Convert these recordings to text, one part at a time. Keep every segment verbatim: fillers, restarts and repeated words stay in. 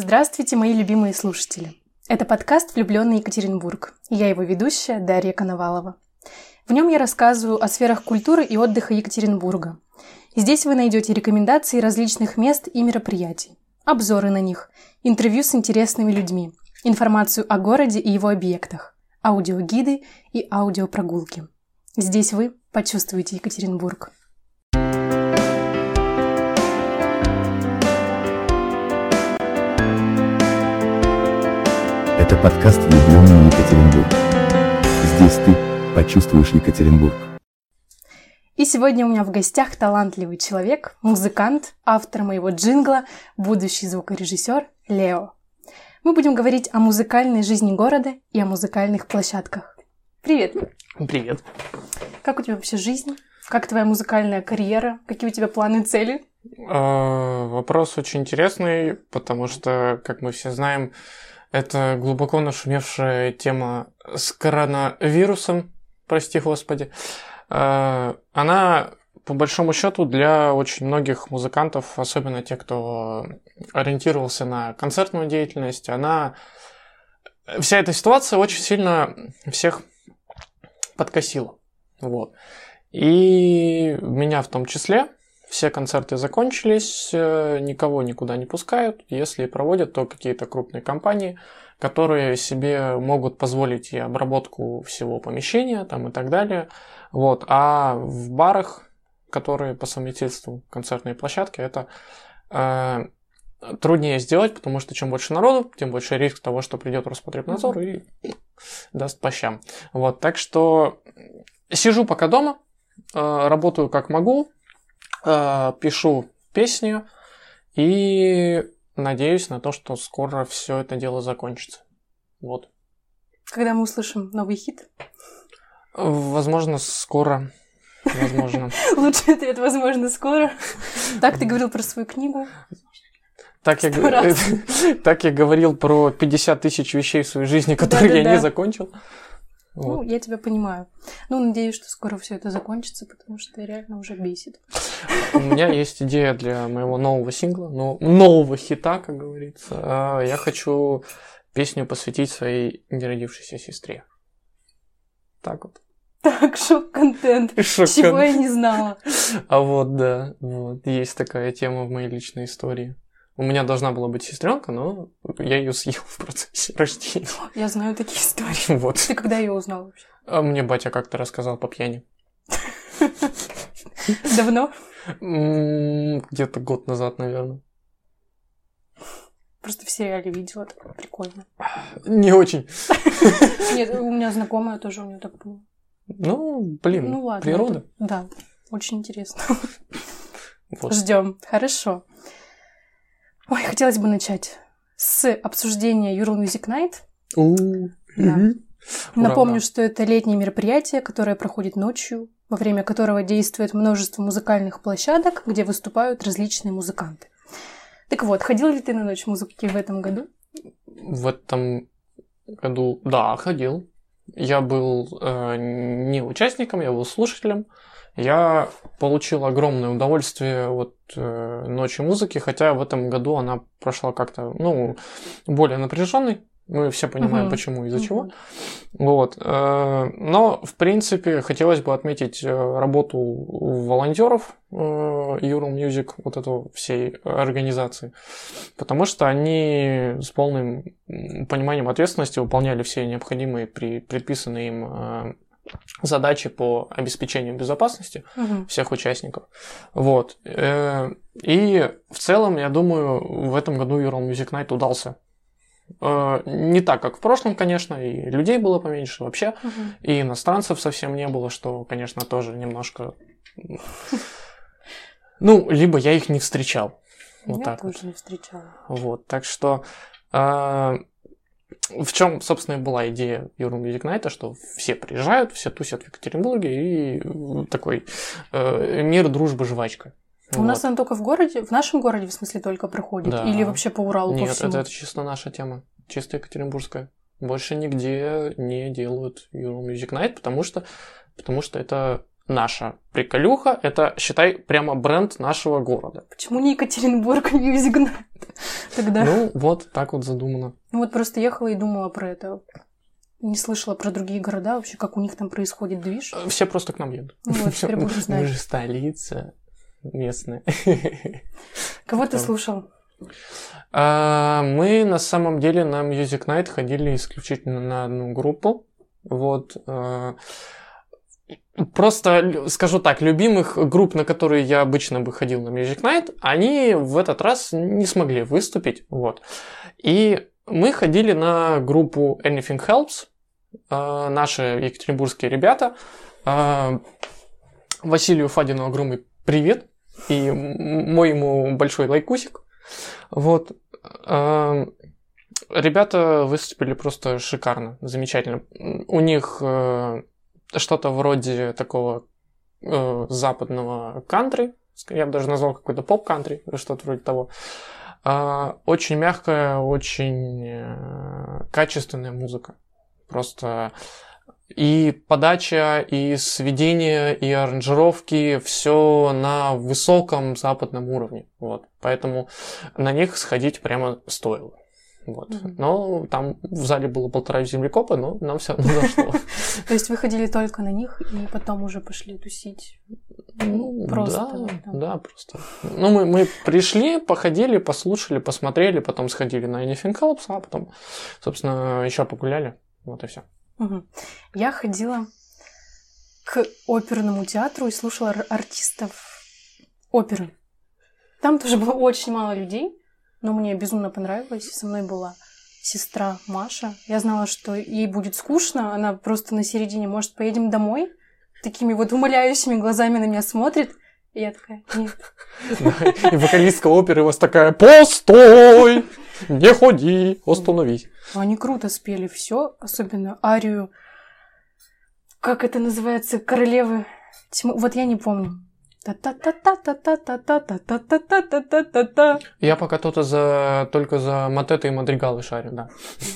Здравствуйте, мои любимые слушатели. Это подкаст «Влюбленный Екатеринбург». И я его ведущая Дарья Коновалова. В нем я рассказываю о сферах культуры и отдыха Екатеринбурга. И здесь вы найдете рекомендации различных мест и мероприятий, обзоры на них, интервью с интересными людьми, информацию о городе и его объектах, аудиогиды и аудиопрогулки. Здесь вы почувствуете Екатеринбург. Это подкаст «Влюбленный Екатеринбург». Здесь ты почувствуешь Екатеринбург. И сегодня у меня в гостях талантливый человек, музыкант, автор моего джингла, будущий звукорежиссер Лео. Мы будем говорить о музыкальной жизни города и о музыкальных площадках. Привет! Привет! Как у тебя вообще жизнь? Как твоя музыкальная карьера? Какие у тебя планы и цели? А, вопрос очень интересный, потому что, как мы все знаем, это глубоко нашумевшая тема с коронавирусом, прости господи. А, она, по большому счету, для очень многих музыкантов, особенно тех, кто ориентировался на концертную деятельность, она... Вся эта ситуация очень сильно всех подкосила. Вот. И меня в том числе. Все концерты закончились, никого никуда не пускают. Если проводят, то какие-то крупные компании, которые себе могут позволить и обработку всего помещения там, и так далее. Вот. А в барах, которые по совместительству концертные площадки, это э, труднее сделать, потому что чем больше народу, тем больше риск того, что придет Роспотребнадзор и даст по щам. Вот. Так что сижу пока дома, э, работаю как могу, пишу песню и надеюсь на то, что скоро все это дело закончится. Вот. Когда мы услышим новый хит? Возможно, скоро. Возможно. Лучший ответ, возможно, скоро. Так ты говорил про свою книгу? Так я, так я говорил про пятьдесят тысяч вещей в своей жизни, которые да, да, я да. не закончил. Вот. Ну, я тебя понимаю. Ну, надеюсь, что скоро все это закончится, потому что реально уже бесит. У меня есть идея для моего нового сингла, но нового хита, как говорится. Я хочу песню посвятить своей неродившейся сестре. Так вот. Так, шок-контент. Шок-контент. Чего я не знала. А вот, да, вот. Есть такая тема в моей личной истории. У меня должна была быть сестренка, но я ее съел в процессе рождения. Я знаю такие истории. Вот. Ты когда ее узнал вообще? А мне батя как-то рассказал по пьяни. Давно? Где-то год назад, наверное. Просто в сериале видела, так прикольно. Не очень. Нет, у меня знакомая тоже у нее так было. Ну, блин, ну, ладно, природа. Это, да, очень интересно. Вот. Ждем. Хорошо. Ой, хотелось бы начать с обсуждения Ural Music Night. Да. Напомню, Ура. что это летнее мероприятие, которое проходит ночью, во время которого действует множество музыкальных площадок, где выступают различные музыканты. Так вот, ходил ли ты на Ночь музыки в этом году? В этом году, да, ходил. Я был э, не участником, я был слушателем. Я получил огромное удовольствие от э, Ночи музыки, хотя в этом году она прошла как-то, ну, более напряженной. Мы все понимаем, uh-huh. почему, из-за uh-huh. чего. Вот. Э, но, в принципе, хотелось бы отметить работу волонтеров э, Ural Music, вот эту всей организации, потому что они с полным пониманием ответственности выполняли все необходимые при, предписанные им э, задачи по обеспечению безопасности uh-huh. всех участников. Вот. И в целом, я думаю, в этом году Ural Music Night удался. Не так, как в прошлом, конечно, и людей было поменьше вообще, uh-huh. и иностранцев совсем не было, что, конечно, тоже немножко... Ну, либо я их не встречал. Вот я так тоже вот. не встречала. Вот, так что... В чем, собственно, и была идея Ural Music Night, что все приезжают, все тусят в Екатеринбурге, и такой э, мир, дружба, жвачка. У вот. нас она только в городе, в нашем городе, в смысле, только проходит? Да. Или вообще по Уралу, Нет, по всему? это, это чисто наша тема, чисто екатеринбургская. Больше нигде не делают Ural Music Night, потому что, потому что это наша приколюха, это, считай, прямо бренд нашего города. Почему не Екатеринбург Music Night? тогда. Ну, вот так вот задумано. Ну вот просто ехала и думала про это. Не слышала про другие города вообще, как у них там происходит движ. Все просто к нам едут. Ну вот, теперь буду знать. Мы же столица местная. Кого ты слушал? А, мы на самом деле на Music Night ходили исключительно на одну группу. Вот. А, просто скажу так, любимых групп, на которые я обычно бы ходил на Music Night, они в этот раз не смогли выступить. Вот. И мы ходили на группу Anything Helps. А, наши екатеринбургские ребята. А, Василию Фадину огромный привет. И мой ему большой лайкусик. Вот. Ребята выступили просто шикарно, замечательно. У них что-то вроде такого западного кантри, я бы даже назвал какой-то поп-кантри, что-то вроде того. Очень мягкая, очень качественная музыка. Просто и подача, и сведение, и аранжировки, все на высоком западном уровне. Вот. Поэтому на них сходить прямо стоило. Вот. Mm-hmm. Но там в зале было полтора землекопа, но нам все равно дошло. То есть вы ходили только на них и потом уже пошли тусить? Ну, просто. Да, да, просто. Ну, мы, мы пришли, походили, послушали, посмотрели, потом сходили на Anything Helps, а потом, собственно, еще погуляли. Вот и все. Угу. Я ходила к оперному театру и слушала ар- артистов оперы. Там тоже было очень мало людей, но мне безумно понравилось. Со мной была сестра Маша. Я знала, что ей будет скучно. Она просто на середине, может, поедем домой? Такими вот умоляющими глазами на меня смотрит. И я такая, нет. И вокалистка оперы у вас такая, постой, не ходи, остановись. Они круто спели все, особенно арию, как это называется, королевы тьмы. Вот я не помню. Та-та-та-та-та-та-та-та-та-та-та-та-та-та. Я пока то-то за только за мотеты и мадригалы шарю, да.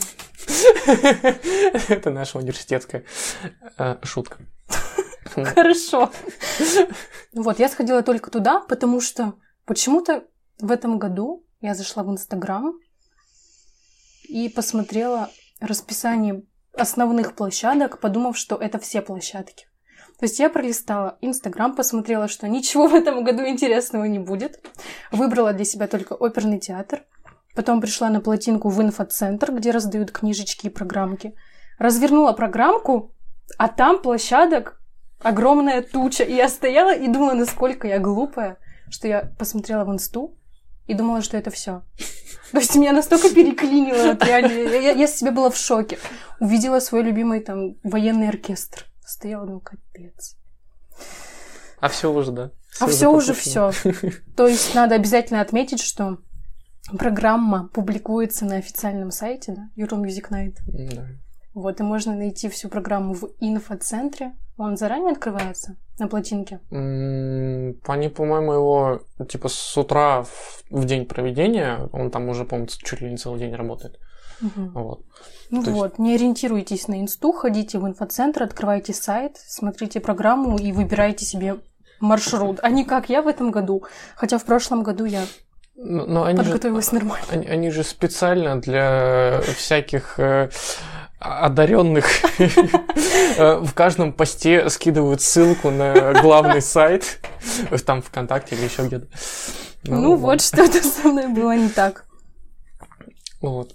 Это наша университетская шутка. Хорошо. Вот, я сходила только туда, потому что почему-то в этом году я зашла в Инстаграм и посмотрела расписание основных площадок, подумав, что это все площадки. То есть я пролистала Инстаграм, посмотрела, что ничего в этом году интересного не будет. Выбрала для себя только оперный театр. Потом пришла на плотинку в инфоцентр, где раздают книжечки и программки. Развернула программку, а там площадок огромная туча. И я стояла и думала, насколько я глупая, что я посмотрела в инсту и думала, что это все. То есть меня настолько переклинило. Вот, реально, я, я себе была в шоке. Увидела свой любимый там военный оркестр. Стояла, думаю, капец. А все уже, да? Всё а все уже все. То есть надо обязательно отметить, что программа публикуется на официальном сайте, да, Euro Music Night. Да. Вот, и можно найти всю программу в инфоцентре. Он заранее открывается на плотинке? Mm, они, по-моему, его типа с утра в, в день проведения, он там уже, по-моему, чуть ли не целый день работает. Угу. Вот. Ну То вот, есть... не ориентируйтесь на инсту, ходите в инфоцентр, открывайте сайт, смотрите программу и выбирайте себе маршрут. А не как я в этом году. Хотя в прошлом году я но, но они подготовилась же, нормально. Они, они же специально для всяких э, одаренных в каждом посте скидывают ссылку на главный сайт, там ВКонтакте или еще где-то. Ну вот, что-то со мной было не так. Вот.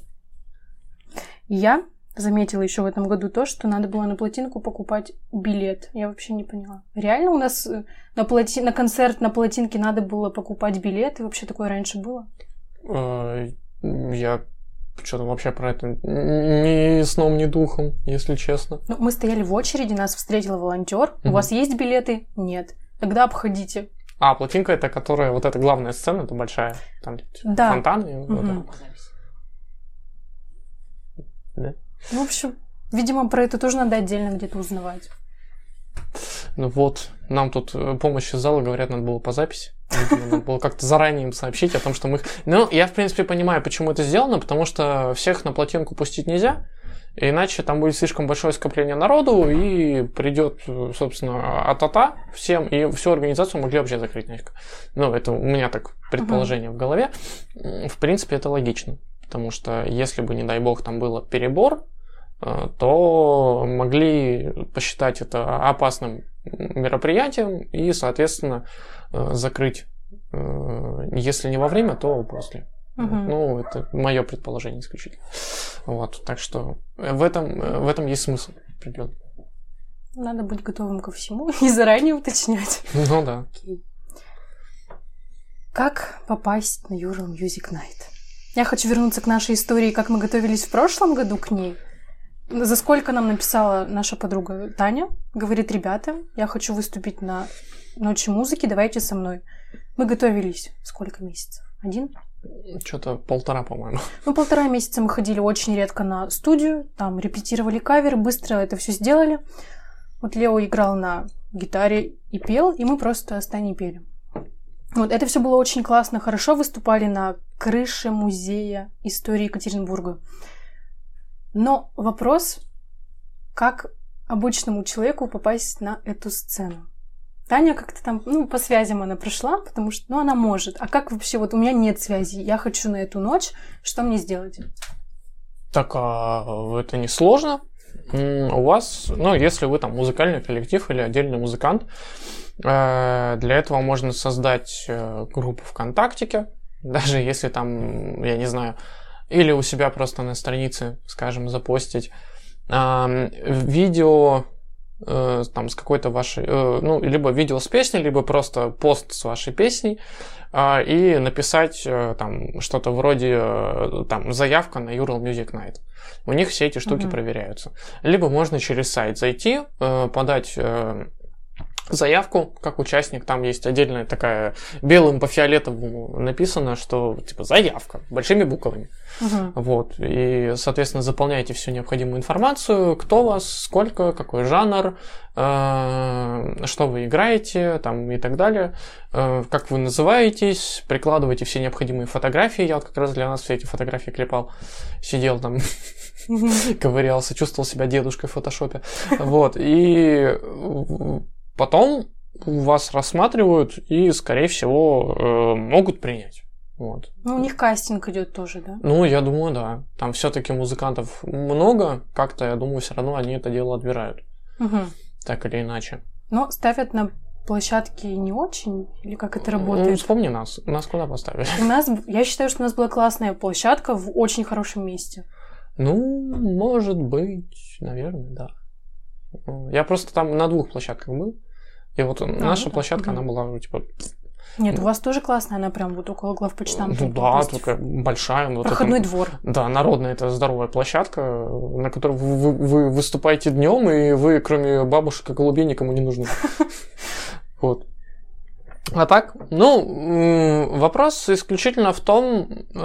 Я заметила еще в этом году то, что надо было на плотинку покупать билет. Я вообще не поняла. Реально у нас на, плоти... на концерт на плотинке надо было покупать билет? И вообще такое раньше было? Я что-то вообще про это ни сном, ни духом, если честно. Ну, мы стояли в очереди, нас встретил волонтер. У вас есть билеты? Нет. Тогда обходите. А, плотинка это которая, вот эта главная сцена, это большая, там да. фонтаны. Угу. Вот да? Ну, в общем, видимо, про это тоже надо отдельно где-то узнавать. Ну вот, нам тут помощь из зала, говорят, надо было по записи. Надо было как-то заранее им сообщить о том, что мы... Ну, я, в принципе, понимаю, почему это сделано, потому что всех на плотинку пустить нельзя, Иначе там будет слишком большое скопление народу, и придет, собственно, атата всем, и всю организацию могли вообще закрыть нафиг. Ну, это у меня так предположение uh-huh. в голове. В принципе, это логично. Потому что если бы, не дай бог, там был перебор, то могли посчитать это опасным мероприятием и, соответственно, закрыть, если не во время, то после. Uh-huh. Ну, это мое предположение исключительно. Вот, так что в этом, в этом есть смысл определенный. Надо быть готовым ко всему и заранее уточнять. Ну да. Okay. Как попасть на Ural Music Night? Я хочу вернуться к нашей истории, как мы готовились в прошлом году к ней. За сколько нам написала наша подруга Таня. Говорит: ребята, я хочу выступить на Ночи музыки, давайте со мной. Мы готовились сколько месяцев? Один? Что-то полтора, по-моему. Ну, полтора месяца мы ходили очень редко на студию, там репетировали кавер, быстро это все сделали. Вот Лео играл на гитаре и пел, и мы просто с Таней пели. Вот, это все было очень классно, хорошо выступали на крыше музея истории Екатеринбурга. Но вопрос, как обычному человеку попасть на эту сцену? Таня как-то там, ну, по связям она пришла, потому что, ну, она может. А как вообще, вот у меня нет связи, я хочу на эту ночь, что мне сделать? Так, а это не сложно. У вас, ну, если вы там музыкальный коллектив или отдельный музыкант, для этого можно создать группу ВКонтактике, даже если там, я не знаю, или у себя просто на странице, скажем, запостить видео там с какой-то вашей, ну, либо видео с песней, либо просто пост с вашей песней, и написать там что-то вроде там заявка на Ural Music Night. У них все эти штуки uh-huh. проверяются. Либо можно через сайт зайти, подать заявку как участник, там есть отдельная такая белым по фиолетовому написано, что типа заявка большими буквами. Uh-huh. Вот. И, соответственно, заполняете всю необходимую информацию, кто вас, сколько, какой жанр, э, что вы играете, там и так далее, э, как вы называетесь, прикладываете все необходимые фотографии. Я вот как раз для нас все эти фотографии клепал, сидел там, ковырялся, чувствовал себя дедушкой в фотошопе. Вот. И потом вас рассматривают и, скорее всего, э, могут принять. Вот. Ну, у них кастинг идет тоже, да? Ну, я думаю, да. Там все-таки музыкантов много, как-то, я думаю, все равно они это дело отбирают. Угу. Так или иначе. Но ставят на площадке не очень? Или как это работает? Ну, вспомни нас. Нас куда поставили? У нас, я считаю, что у нас была классная площадка в очень хорошем месте. Ну, может быть, наверное, да. Я просто там на двух площадках был. И вот а, наша ну, площадка, да. Она была, типа... Нет, у вас тоже классная, она прям вот около главпочтамта. Ну да, такая большая. Вот проходной это, двор. Да, народная, это здоровая площадка, на которой вы, вы, вы выступаете днем, и вы, кроме бабушек и голубей, никому не нужны. Вот. А так, ну, вопрос исключительно в том,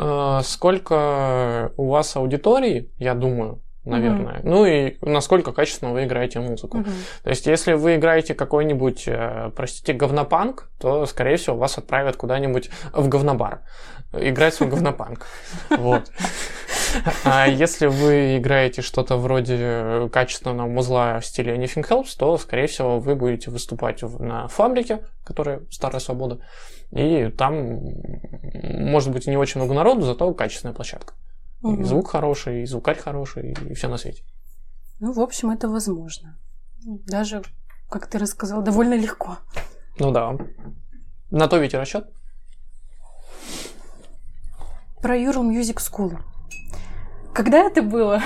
сколько у вас аудитории, я думаю, наверное. Mm-hmm. Ну и насколько качественно вы играете музыку. Mm-hmm. То есть, если вы играете какой-нибудь, простите, говнопанк, то, скорее всего, вас отправят куда-нибудь в говнобар. Играть свой говнопанк. Вот. А если вы играете что-то вроде качественного музла в стиле Anything Helps, то, скорее всего, вы будете выступать на фабрике, которая Старая Свобода, и там, может быть, не очень много народу, зато качественная площадка. Угу. И звук хороший, и звукарь хороший, и все на свете. Ну, в общем, это возможно. Даже, как ты рассказал, довольно легко. Ну да. На то ведь и расчет. Про Ural Music School. Когда это было?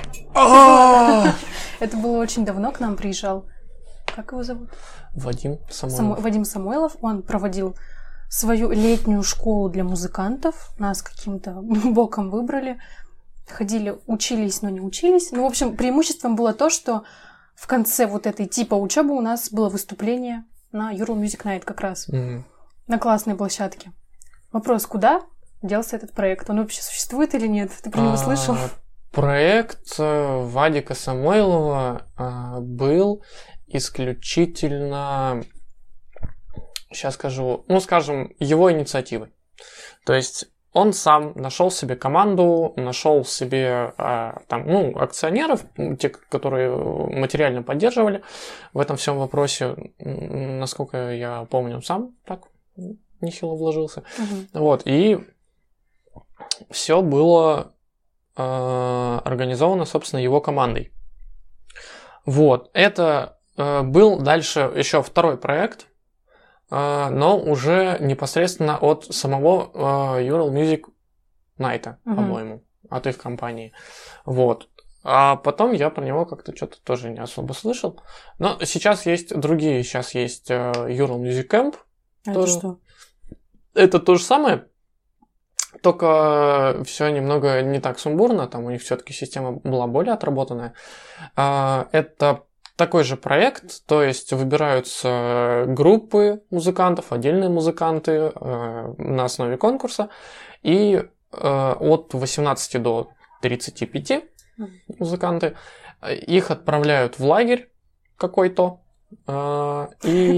Это было очень давно, к нам приезжал. Как его зовут? Вадим Самойлов. Вадим Самойлов. Он проводил свою летнюю школу для музыкантов. Нас каким-то боком выбрали. Ходили, учились, но не учились. Ну, в общем, преимуществом было то, что в конце вот этой типа учебы у нас было выступление на Ural Music Night как раз. Mm-hmm. На классной площадке. Вопрос, куда делся этот проект? Он вообще существует или нет? Ты про него слышал? Проект Вадика Самойлова был исключительно, сейчас скажу, ну, скажем, его инициативой. То есть он сам нашел себе команду, нашел себе а, там, ну, акционеров, те, которые материально поддерживали в этом всем вопросе. Насколько я помню, он сам так нехило вложился. Угу. Вот, и все было а, организовано, собственно, его командой. Вот, это а, был дальше еще второй проект, но уже непосредственно от самого uh, Ural Music Night, uh-huh. по-моему, от их компании. Вот. А потом я про него как-то что-то тоже не особо слышал. Но сейчас есть другие, сейчас есть uh, Ural Music Camp. Это тоже. Что? Это то же самое, только все немного не так сумбурно, там у них все-таки система была более отработанная. Uh, это такой же проект, то есть выбираются группы музыкантов, отдельные музыканты э, на основе конкурса, и э, от восемнадцати до тридцати пяти музыканты, их отправляют в лагерь какой-то. Э, и...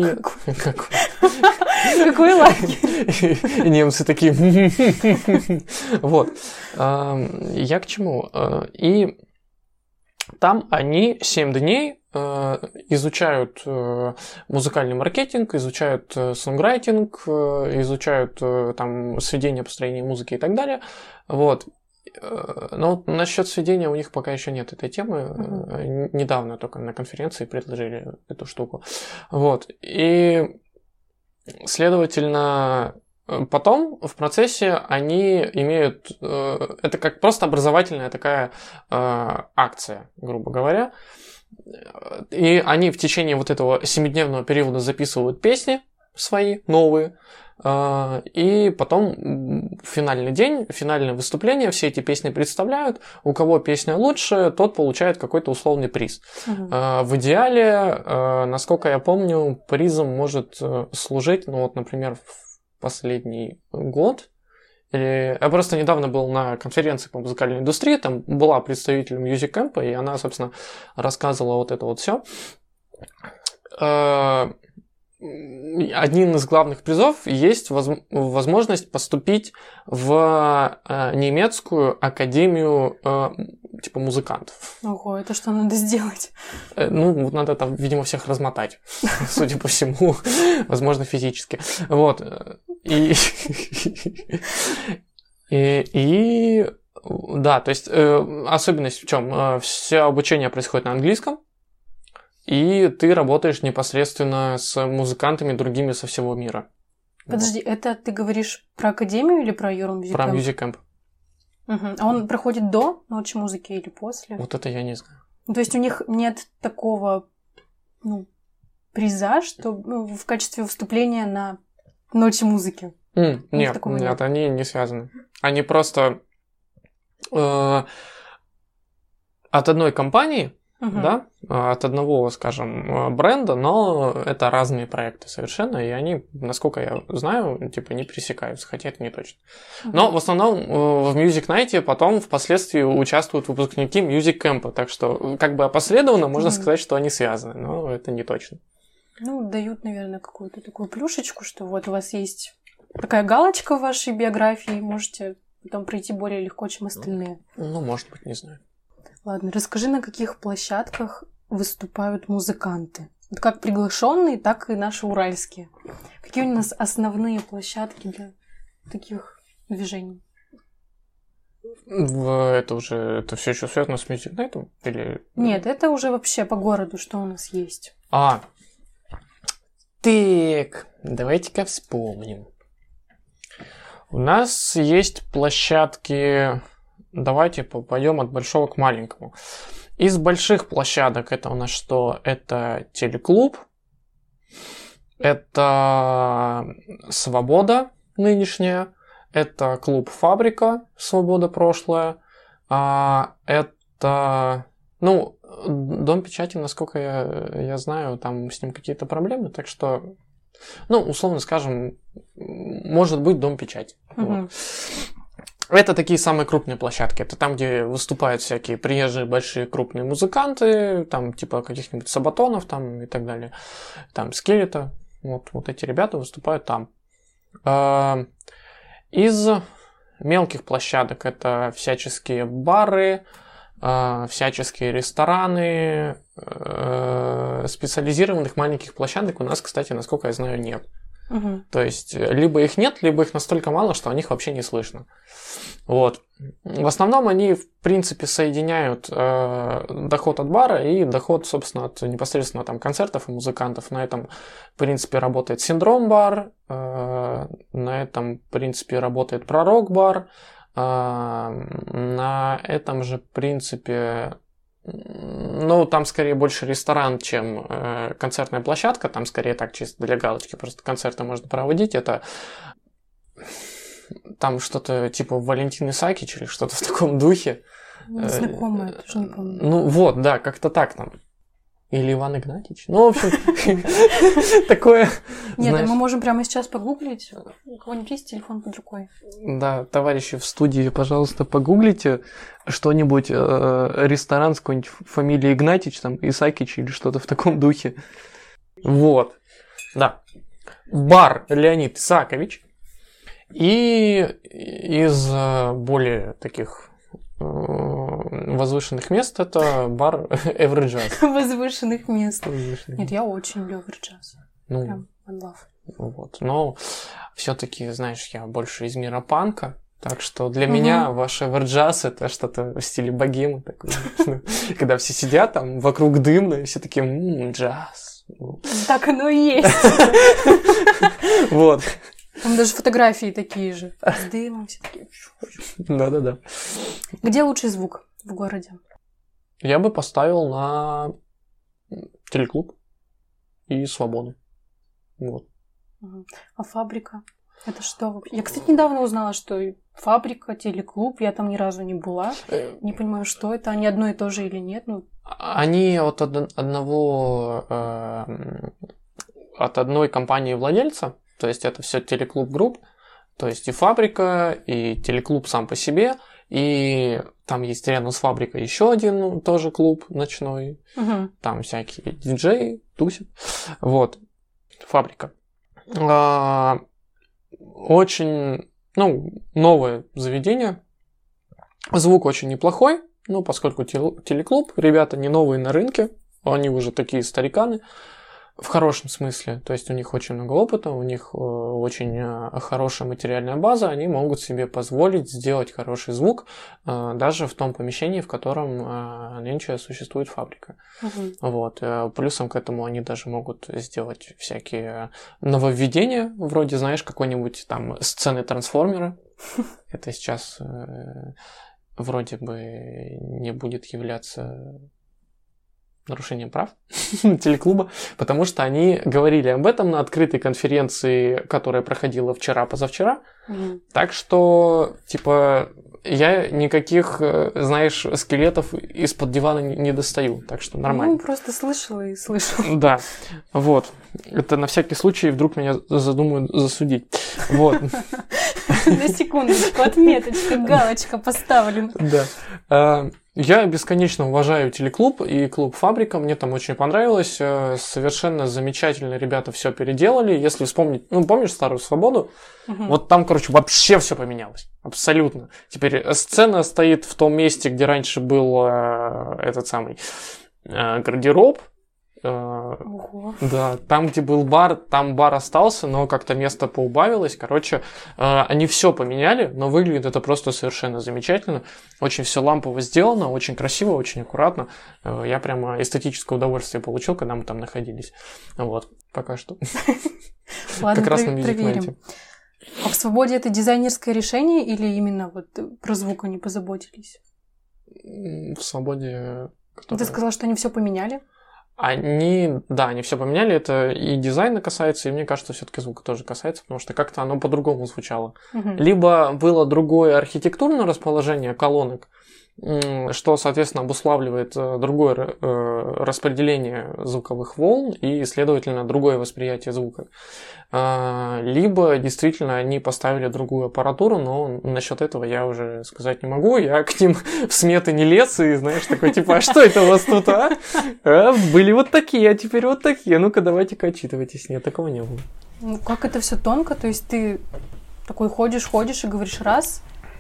Какой лагерь? И немцы такие... Вот. Я к чему? И там они семь дней изучают музыкальный маркетинг, изучают сонграйтинг, изучают там сведение, построение музыки и так далее. Вот. Но вот насчет сведения у них пока еще нет этой темы. Mm-hmm. Недавно только на конференции предложили эту штуку. Вот. И, следовательно, потом в процессе они имеют... Это как просто образовательная такая акция, грубо говоря. И они в течение вот этого семидневного периода записывают песни свои, новые. И потом в финальный день, финальное выступление, все эти песни представляют. У кого песня лучше, тот получает какой-то условный приз. Угу. В идеале, насколько я помню, призом может служить, ну вот, например, в последний год. Или... Я просто недавно был на конференции по музыкальной индустрии, там была представитель Music Camp, и она, собственно, рассказывала вот это вот все. Один из главных призов есть возможность поступить в немецкую академию типа музыкантов. Ого, это что надо сделать? Ну, вот надо там, видимо, всех размотать, судя по всему, возможно, физически. Вот. И, и, и да, то есть особенность в чем? Все обучение происходит на английском. И ты работаешь непосредственно с музыкантами другими со всего мира. Подожди, вот. Это ты говоришь про академию или про Ural Music Camp? Про Music Camp. Угу. А он проходит до ночи музыки или после? Вот это я не знаю. То есть у них нет такого, ну, приза, что ну, в качестве выступления на ночи музыки? Mm, нет, нет, нет, они не связаны. Они просто э, от одной компании, Uh-huh. да, от одного, скажем, бренда, но это разные проекты совершенно, и они, насколько я знаю, типа не пересекаются, хотя это не точно. Uh-huh. Но в основном в Music Night потом впоследствии участвуют выпускники Music Camp, так что как бы опосредованно можно uh-huh. сказать, что они связаны, но это не точно. Ну, дают, наверное, какую-то такую плюшечку, что вот у вас есть такая галочка в вашей биографии, можете потом пройти более легко, чем остальные. Ну, может быть, не знаю. Ладно, расскажи, на каких площадках выступают музыканты? Вот как приглашенные, так и наши уральские. Какие у нас основные площадки для таких движений? Это уже это все еще связано с Music Night? Или... Нет, это уже вообще по городу, что у нас есть. А, так, давайте-ка вспомним. У нас есть площадки... Давайте пойдем от большого к маленькому. Из больших площадок это у нас что? Это телеклуб, это Свобода нынешняя, это клуб Фабрика, Свобода прошлая, это, ну, Дом печати, насколько я, я знаю, там с ним какие-то проблемы, так что, ну, условно скажем, может быть Дом печати. Угу. Вот. Это такие самые крупные площадки. Это там, где выступают всякие приезжие большие крупные музыканты, там типа каких-нибудь Сабатонов там и так далее. Там Скелета. Вот, вот эти ребята выступают там. Из мелких площадок это всяческие бары, всяческие рестораны, специализированных маленьких площадок у нас, кстати, насколько я знаю, нет. Угу. То есть, либо их нет, либо их настолько мало, что о них вообще не слышно. Вот. В основном они, в принципе, соединяют э, доход от бара и доход, собственно, от непосредственно там концертов и музыкантов. На этом, в принципе, работает Синдром-бар, э, на этом, в принципе, работает Пророк-бар, э, на этом же принципе... Ну, там скорее больше ресторан, чем э, концертная площадка. Там скорее так, чисто для галочки. Просто концерты можно проводить. Это там что-то типа Валентин Исакич или что-то в таком духе. Знакомое, тоже не помню. Ну, вот, да, как-то так там. Или Иван Игнатьич. Ну, в общем, такое... Нет, мы можем прямо сейчас погуглить. У кого-нибудь есть телефон под рукой? Да, товарищи в студии, пожалуйста, погуглите что-нибудь, ресторан с какой-нибудь фамилией Игнатьич, там, Исакич или что-то в таком духе. Вот. Да. Бар Леонид Исакович. И из более таких... возвышенных мест это бар Everjazz. Возвышенных мест. Возвышенных. Нет, я очень люблю Everjazz. Ну, прям one love. Вот. Но все-таки, знаешь, я больше из мира панка. Так что для угу. меня ваш Everjazz это что-то в стиле богемы такой. Когда все сидят там вокруг дымно, и все такие ммм, джаз. Так оно и есть. Вот. Там даже фотографии такие же. С дымом все такие. Да-да-да. Где лучший звук в городе? Я бы поставил на Телеклуб и Свободу. Вот. А Фабрика? Это что вообще? Я, кстати, недавно узнала, что Фабрика, Телеклуб, я там ни разу не была. Не понимаю, что это, они одно и то же или нет. Ну... Они от од- одного... Э- от одной компании владельца. То есть это все Телеклуб Групп, то есть и Фабрика, и Телеклуб сам по себе, и там есть рядом с Фабрикой еще один тоже клуб ночной, угу. там всякие диджеи тусят, вот, Фабрика. А, очень, ну, новое заведение, звук очень неплохой, ну, поскольку Телеклуб, ребята не новые на рынке, они уже такие стариканы, в хорошем смысле, то есть у них очень много опыта, у них э, очень э, хорошая материальная база, они могут себе позволить сделать хороший звук э, даже в том помещении, в котором э, нынче существует Фабрика. Uh-huh. Вот. Э, плюсом к этому они даже могут сделать всякие нововведения, вроде, знаешь, какой-нибудь там сцены трансформера. Это сейчас э, вроде бы не будет являться... нарушением прав Телеклуба, потому что они говорили об этом на открытой конференции, которая проходила вчера-позавчера. Mm. Так что, типа, я никаких, знаешь, скелетов из-под дивана не достаю, так что нормально. Ну, просто слышала и слышала. Да, вот. Это на всякий случай, вдруг меня задумают засудить. Вот. На секундочку, отметочка, галочка поставлена. Да. Я бесконечно уважаю Телеклуб и клуб Фабрика, мне там очень понравилось, совершенно замечательно ребята все переделали, если вспомнить, ну, помнишь Старую Свободу? Угу. Вот там, короче, вообще все поменялось, абсолютно. Теперь сцена стоит в том месте, где раньше был э, этот самый э, гардероб. Ого. Да, там, где был бар, там бар остался, но как-то место поубавилось. Короче, они все поменяли, но выглядит это просто совершенно замечательно. Очень все лампово сделано, очень красиво, очень аккуратно. Я прямо эстетическое удовольствие получил, когда мы там находились. Вот, пока что. Ладно, как раз на проверим. А в Свободе это дизайнерское решение или именно вот про звук они позаботились? В Свободе... Ты сказал, что они все поменяли? Они, да, они все поменяли, это и дизайна касается, и мне кажется, все-таки звука тоже касается, потому что как-то оно по-другому звучало. Угу. Либо было другое архитектурное расположение колонок, что, соответственно, обуславливает другое распределение звуковых волн и, следовательно, другое восприятие звука. Либо действительно они поставили другую аппаратуру, но насчет этого я уже сказать не могу. Я к ним в сметы не лез и, знаешь, такой типа, а что это у вас тут, а? а были вот такие, а теперь вот такие. Ну-ка, давайте-ка отчитывайтесь. Нет, такого не было. Ну, как это все тонко? То есть ты такой ходишь, ходишь и говоришь раз,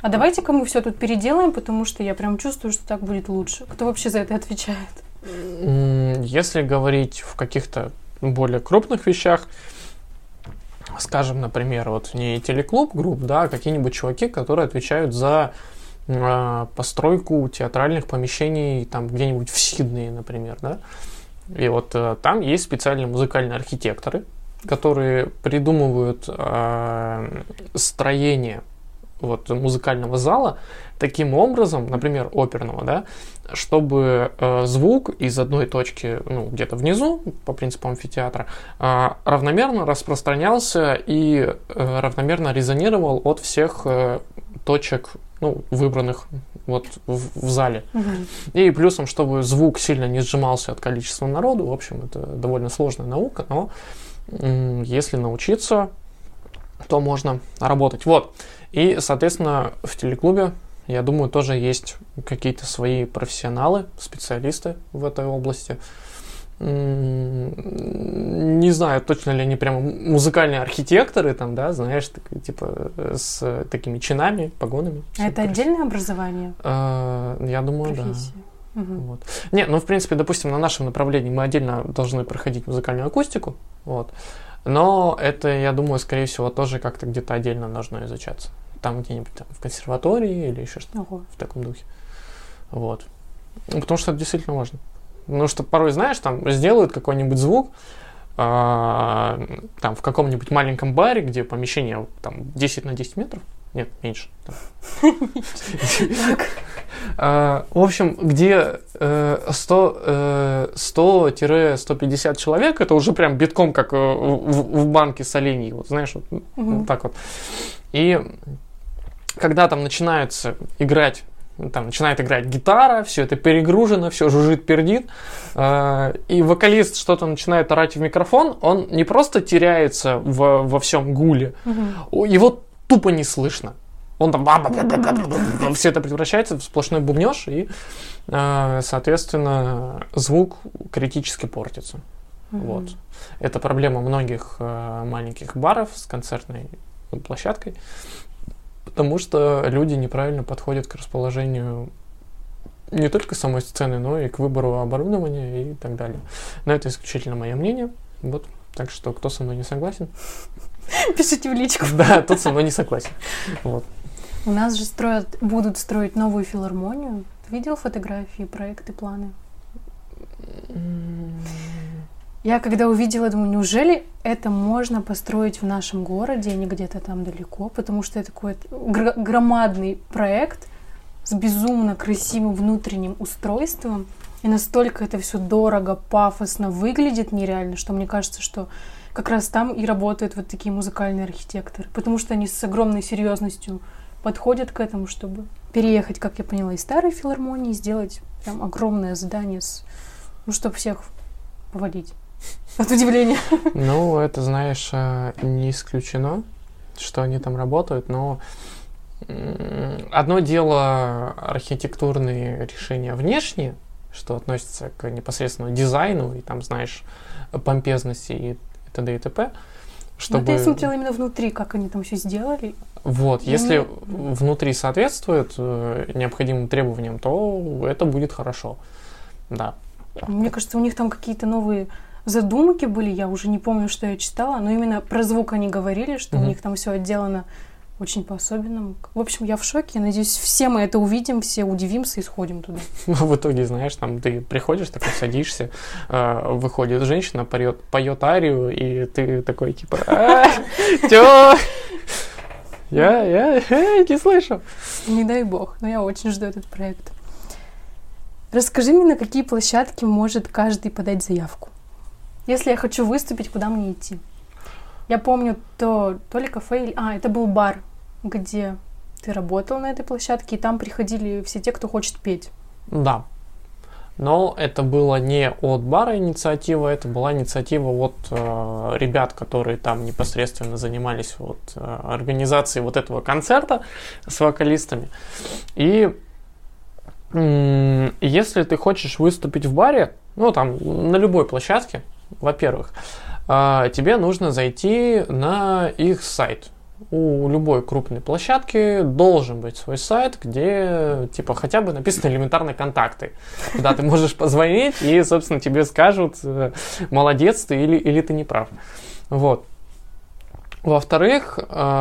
А давайте-ка мы все тут переделаем, потому что я прям чувствую, что так будет лучше. Кто вообще за это отвечает? Если говорить в каких-то более крупных вещах, скажем, например, вот не телеклуб групп, да, а какие-нибудь чуваки, которые отвечают за э, постройку театральных помещений там где-нибудь в Сиднее, например, да. И вот э, там есть специальные музыкальные архитекторы, которые придумывают э, строение вот, музыкального зала таким образом, например, оперного, да, чтобы э, звук из одной точки, ну, где-то внизу, по принципу амфитеатра, э, равномерно распространялся и э, равномерно резонировал от всех э, точек, ну, выбранных вот в, в зале. Угу. И плюсом, чтобы звук сильно не сжимался от количества народу. В общем, это довольно сложная наука, но э, если научиться, то можно работать. Вот. И, соответственно, в телеклубе, я думаю, тоже есть какие-то свои профессионалы, специалисты в этой области. Не знаю, точно ли они прямо музыкальные архитекторы, там, да, знаешь, так, типа с такими чинами, погонами. А это отдельное образование? Я думаю, профессия. Да. Угу. Вот. Не, ну, в принципе, допустим, на нашем направлении мы отдельно должны проходить музыкальную акустику, вот. Но это, я думаю, скорее всего, тоже как-то где-то отдельно должно изучаться. Там где-нибудь там, в консерватории или еще что-то Ого. В таком духе. Вот. Ну, потому что это действительно важно. Потому что порой, знаешь, там сделают какой-нибудь звук э, там в каком-нибудь маленьком баре, где помещение там десять на десять метров. Нет, меньше. В общем, где сто-сто пятьдесят человек, это уже прям битком, как в банке с оленей, вот знаешь, вот так вот. И когда там начинается играть, там начинает играть гитара, все это перегружено, все жужжит, пердит, и вокалист что-то начинает орать в микрофон, он не просто теряется в, во всем гуле, его тупо не слышно. Он там все это превращается в сплошной бубнёж, и, соответственно, звук критически портится. Mm-hmm. Вот. Это проблема многих маленьких баров с концертной площадкой, потому что люди неправильно подходят к расположению не только самой сцены, но и к выбору оборудования и так далее. Но это исключительно мое мнение. Вот. Так что, кто со мной не согласен? Пишите в личку. Да, тот со мной не согласен. Вот. У нас же строят, будут строить новую филармонию. Ты видел фотографии, проекты, планы? Я когда увидела, думаю, неужели это можно построить в нашем городе, а не где-то там далеко? Потому что это такой гр- громадный проект с безумно красивым внутренним устройством. И настолько это все дорого, пафосно выглядит нереально, что мне кажется, что как раз там и работают вот такие музыкальные архитекторы. Потому что они с огромной серьезностью подходят к этому, чтобы переехать, как я поняла, из старой филармонии, сделать прям огромное здание, с, ну, чтобы всех повалить. От удивления. Ну, это, знаешь, не исключено, что они там работают, но одно дело архитектурные решения внешние, что относится к непосредственно дизайну и там, знаешь, помпезности и т.д. и т.п. Чтобы... Но ты смотрела именно внутри, как они там все сделали. Вот, Я если не... внутри соответствует э, необходимым требованиям, то это будет хорошо. Да. Мне кажется, у них там какие-то новые задумки были, я уже не помню, что я читала, но именно про звук они говорили, что mm-hmm. у них там все отделано очень по-особенному. В общем, я в шоке. Я надеюсь, все мы это увидим, все удивимся и сходим туда. В итоге, знаешь, там ты приходишь, такой садишься, э, выходит женщина, поет, поет арию, и ты такой, типа, чё? Я, я, я не слышу. Не дай бог, но я очень жду этот проект. Расскажи мне, на какие площадки может каждый подать заявку? Если я хочу выступить, куда мне идти? Я помню, то, то ли кафе, или... А, это был бар, где ты работал на этой площадке, и там приходили все те, кто хочет петь. Да. Но это было не от бара инициатива, это была инициатива от э, ребят, которые там непосредственно занимались вот, э, организацией вот этого концерта с вокалистами. И э, если ты хочешь выступить в баре, ну там на любой площадке, во-первых, э, тебе нужно зайти на их сайт. у любой крупной площадки должен быть свой сайт, где типа хотя бы написаны элементарные контакты, куда ты можешь позвонить и, собственно, тебе скажут, молодец ты или, или ты не прав. Вот. Во-вторых,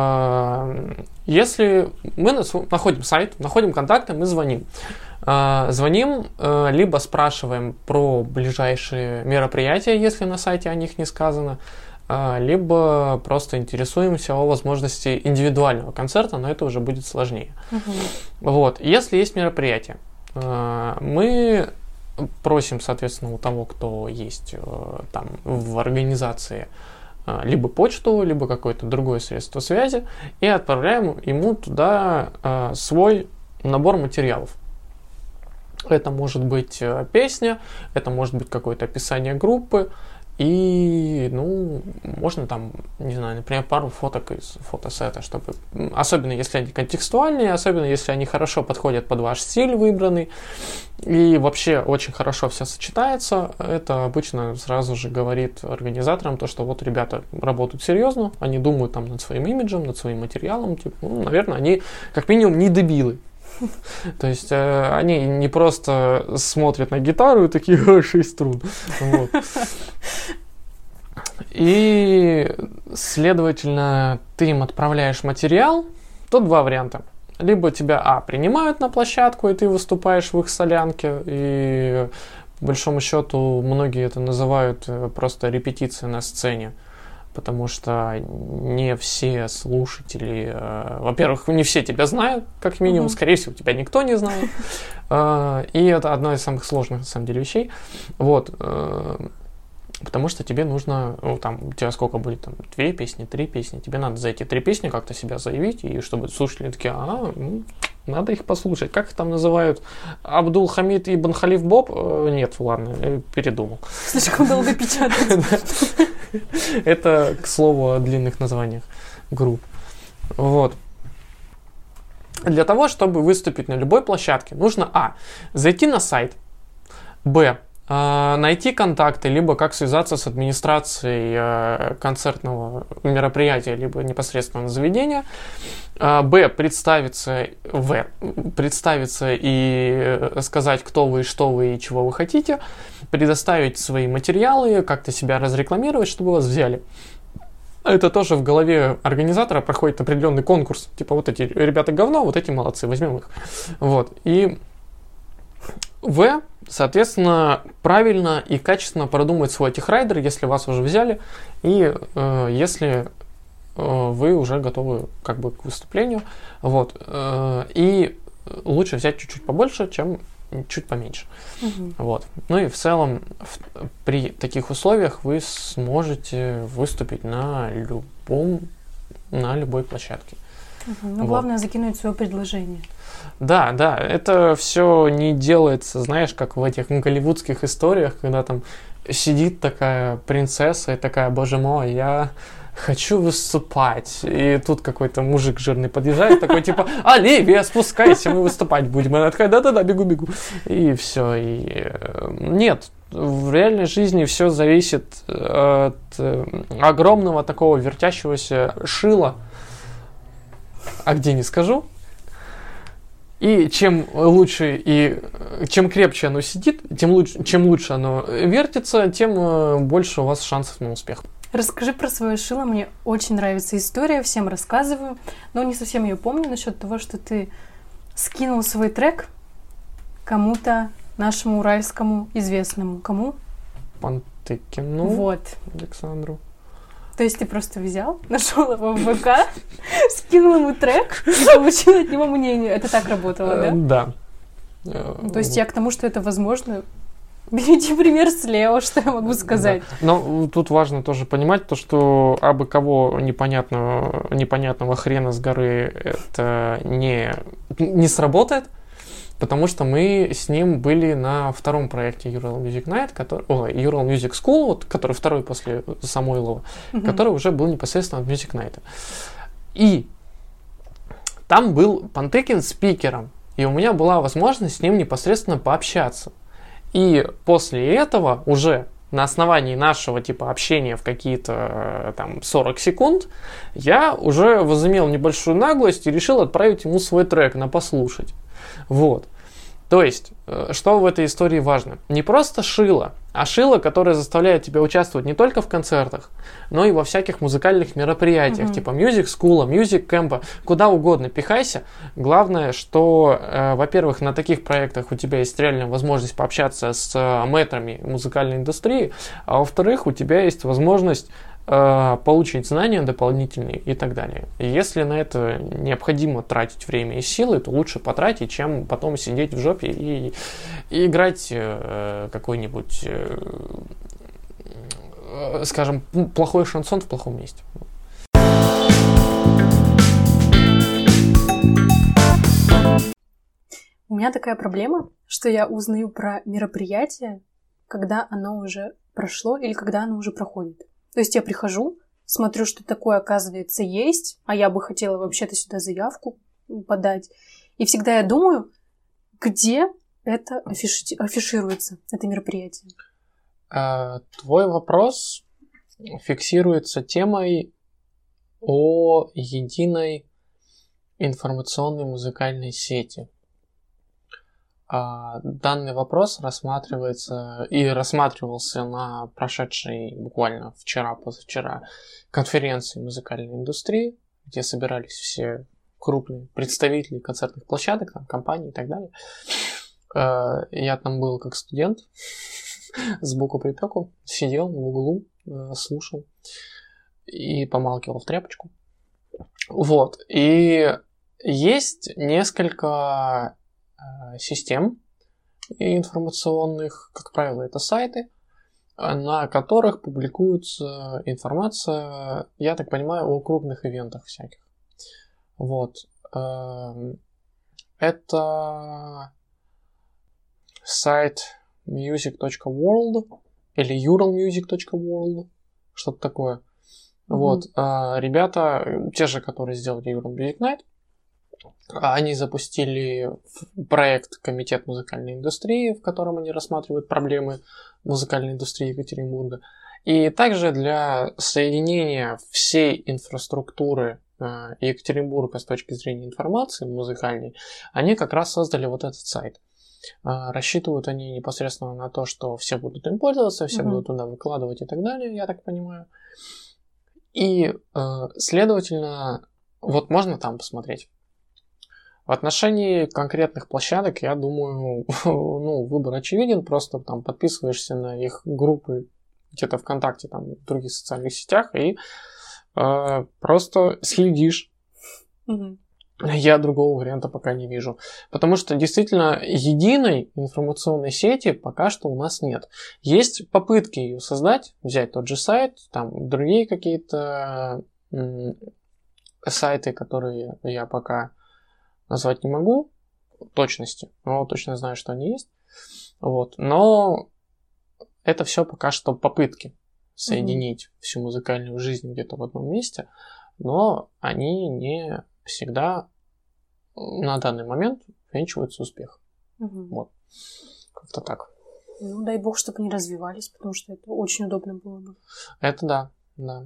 если мы находим сайт, находим контакты, мы звоним. Звоним, либо спрашиваем про ближайшие мероприятия, если на сайте о них не сказано, либо просто интересуемся о возможности индивидуального концерта, но это уже будет сложнее. Uh-huh. Вот. Если есть мероприятие, мы просим, соответственно, у того, кто есть там в организации, либо почту, либо какое-то другое средство связи, и отправляем ему туда свой набор материалов. Это может быть песня, это может быть какое-то описание группы, и, ну, можно там, не знаю, например, пару фоток из фотосета, чтобы, особенно если они контекстуальные, особенно если они хорошо подходят под ваш стиль выбранный, и вообще очень хорошо все сочетается, это обычно сразу же говорит организаторам то, что вот ребята работают серьезно, они думают там над своим имиджем, над своим материалом, типа, ну, наверное, они как минимум не дебилы. То есть э, они не просто смотрят на гитару и такие, шесть струн. Вот. И, следовательно, ты им отправляешь материал, тут два варианта. Либо тебя, а, принимают на площадку, и ты выступаешь в их солянке, и, по большому счету, многие это называют просто репетицией на сцене. Потому что не все слушатели, э, во-первых, не все тебя знают, как минимум, uh-huh. скорее всего, тебя никто не знает. Э, и это одна из самых сложных, на самом деле, вещей. Вот. Э, потому что тебе нужно, ну, там, у тебя сколько будет, там, две песни, три песни, тебе надо за эти три песни как-то себя заявить, и чтобы слушатели такие, а, ну, надо их послушать. Как их там называют? Абдул-Хамид и Ибн Халиф Боб? Нет, ладно, передумал. Слишком долго печатать. Это, к слову, о длинных названиях групп. Вот. Для того, чтобы выступить на любой площадке, нужно, а, зайти на сайт, б, найти контакты, либо как связаться с администрацией концертного мероприятия, либо непосредственно заведения. Б. Представиться, В. Представиться и сказать, кто вы, что вы и чего вы хотите. Предоставить свои материалы, как-то себя разрекламировать, чтобы вас взяли. Это тоже в голове организатора проходит определенный конкурс. Типа вот эти ребята говно, вот эти молодцы, возьмем их. Вот. И В. Соответственно, правильно и качественно продумать свой техрайдер, если вас уже взяли, и э, если э, вы уже готовы как бы к выступлению. Вот. Э, и лучше взять чуть-чуть побольше, чем чуть поменьше. Угу. Вот. Ну и в целом в, при таких условиях вы сможете выступить на любом, на любой площадке. Угу. Но вот. Главное закинуть свое предложение. Да, да, это все не делается, знаешь, как в этих голливудских историях, когда там сидит такая принцесса и такая, боже мой, я хочу выступать. И тут какой-то мужик жирный подъезжает, такой типа, Оливия, спускайся, мы выступать будем. Она такая, да-да-да, бегу-бегу. И все. И... Нет, в реальной жизни все зависит от огромного такого вертящегося шила, а где не скажу. И чем лучше и чем крепче оно сидит, тем лучше, чем лучше оно вертится, тем больше у вас шансов на успех. Расскажи про свое шило. Мне очень нравится история, всем рассказываю, но не совсем ее помню насчет того, что ты скинул свой трек кому-то нашему уральскому известному. Кому? Пантыкину. Вот. Александру. То есть ты просто взял, нашел его в ВК, скинул ему трек и получил от него мнение. Это так работало, да? Да. То есть я к тому, что это возможно. Берите пример с Лео, что я могу сказать. Да. Но тут важно тоже понимать то, что абы кого непонятного, непонятного хрена с горы это не, не сработает. Потому что мы с ним были на втором проекте Ural Music Night, который, о, Ural Music School, вот, который второй после Самойлова, mm-hmm. который уже был непосредственно от Music Night. И там был Пантыкин спикером, и у меня была возможность с ним непосредственно пообщаться. И после этого уже на основании нашего типа общения в какие-то там сорок секунд, я уже возымел небольшую наглость и решил отправить ему свой трек на послушать. Вот. То есть, что в этой истории важно? Не просто шило, а шило, которое заставляет тебя участвовать не только в концертах, но и во всяких музыкальных мероприятиях, mm-hmm. типа Music School, Music Camp, куда угодно пихайся. Главное, что, э, во-первых, на таких проектах у тебя есть реальная возможность пообщаться с э, мэтрами музыкальной индустрии, а во-вторых, у тебя есть возможность получить знания дополнительные и так далее. И если на это необходимо тратить время и силы, то лучше потратить, чем потом сидеть в жопе и, и играть э, какой-нибудь, э, э, скажем, плохой шансон в плохом месте. У меня такая проблема, что я узнаю про мероприятие, когда оно уже прошло или когда оно уже проходит. То есть я прихожу, смотрю, что такое, оказывается, есть, а я бы хотела вообще-то сюда заявку подать. И всегда я думаю, где это афиши- афишируется, это мероприятие. А, твой вопрос фиксируется темой о единой информационной музыкальной сети. Данный вопрос рассматривается и рассматривался на прошедшей буквально вчера-позавчера конференции музыкальной индустрии, где собирались все крупные представители концертных площадок, там, компаний и так далее. Я там был как студент, сбоку припеку, сидел в углу, слушал и помалкивал в тряпочку. Вот. И есть несколько систем информационных, как правило, это сайты, на которых публикуется информация, я так понимаю, о крупных ивентах всяких. Вот. Это сайт music точка world или uralmusic точка world, что-то такое. Mm-hmm. Вот. Ребята, те же, которые сделали Ural Music Night, они запустили проект «Комитет музыкальной индустрии», в котором они рассматривают проблемы музыкальной индустрии Екатеринбурга. И также для соединения всей инфраструктуры Екатеринбурга с точки зрения информации музыкальной, они как раз создали вот этот сайт. Рассчитывают они непосредственно на то, что все будут им пользоваться, все mm-hmm. будут туда выкладывать и так далее, я так понимаю. И, следовательно, вот можно там посмотреть. В отношении конкретных площадок, я думаю, ну, выбор очевиден, просто там подписываешься на их группы где-то ВКонтакте, там, в других социальных сетях и э, просто следишь. Mm-hmm. Я другого варианта пока не вижу. Потому что действительно единой информационной сети пока что у нас нет. Есть попытки ее создать, взять тот же сайт, там другие какие-то м- сайты, которые я пока назвать не могу точности, но точно знаю, что они есть. Вот. Но это все пока что попытки соединить mm-hmm. всю музыкальную жизнь где-то в одном месте, но они не всегда на данный момент венчиваются успехом. Mm-hmm. Вот. Как-то так. Ну, дай бог, чтобы они развивались, потому что это очень удобно было бы. Это да, да.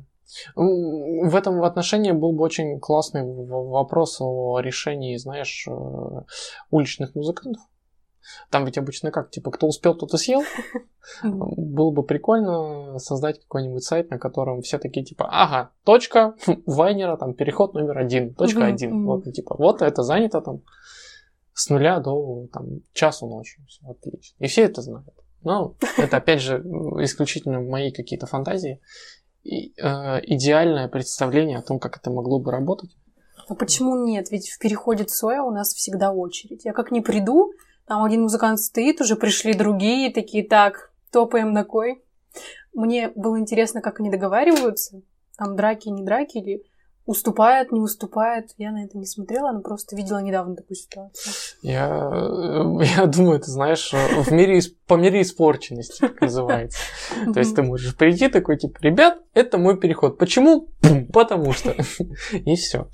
В этом отношении был бы очень классный вопрос о решении, знаешь, уличных музыкантов. Там ведь обычно как, типа, кто успел, тот и съел. Было бы прикольно создать какой-нибудь сайт, на котором все такие, типа, ага, точка Вайнера, там, переход номер один, точка один. Вот, типа, вот это занято там с нуля до там, часу ночи. Все отлично. И все это знают. Но это, опять же, исключительно мои какие-то фантазии. И, э, идеальное представление о том, как это могло бы работать. А почему нет? Ведь в переходе Цоя у нас всегда очередь. Я как не приду, там один музыкант стоит, уже пришли другие, такие, так, топаем на кой. Мне было интересно, как они договариваются. Там драки, не драки, или уступает, не уступает. Я на это не смотрела, но просто видела недавно такую ситуацию. Я, я думаю, ты знаешь, в мире, по мере испорченности, как называется. То есть ты можешь прийти такой, типа, ребят, это мой переход. Почему? Потому что. И все.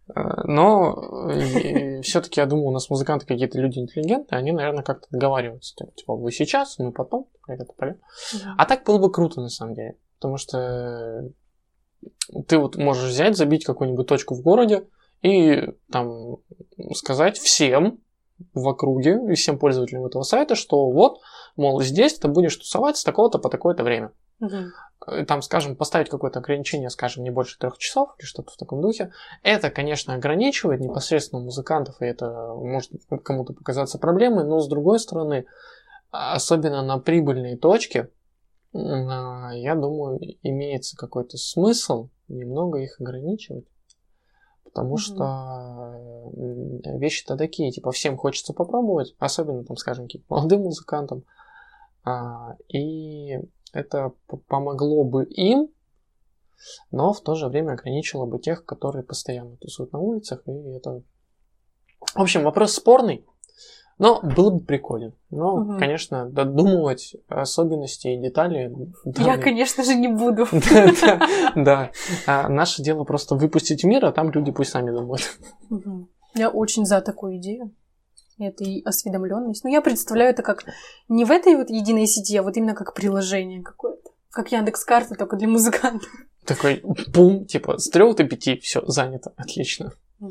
Но все-таки, я думаю, у нас музыканты какие-то люди интеллигентные, они, наверное, как-то договариваются. Типа, вы сейчас, мы потом. Это полет. Mm-hmm. А так было бы круто, на самом деле. Потому что ты вот можешь взять, забить какую-нибудь точку в городе и там сказать всем в округе и всем пользователям этого сайта, что вот, мол, здесь ты будешь тусовать с такого-то по такое-то время. Угу. Там, скажем, поставить какое-то ограничение, скажем, не больше трех часов или что-то в таком духе. Это, конечно, ограничивает непосредственно музыкантов, и это может кому-то показаться проблемой, но, с другой стороны, особенно на прибыльные точки, я думаю, имеется какой-то смысл немного их ограничивать. Потому mm-hmm. что вещи-то такие, типа, всем хочется попробовать, особенно, там, скажем, каким-то молодым музыкантам. А, и это помогло бы им, но в то же время ограничило бы тех, которые постоянно тусуют на улицах. И это... В общем, вопрос спорный, но было бы прикольно. Но, угу. конечно, додумывать особенности и детали... Я, конечно же, не буду. Да. Наше дело просто выпустить в мир, а там люди пусть сами думают. Я очень за такую идею. Это и осведомленность. Но я представляю это как не в этой вот единой сети, а вот именно как приложение какое-то. Как Яндекс.Карта, только для музыкантов. Такой пум, типа, с трех до пяти, все, занято, отлично.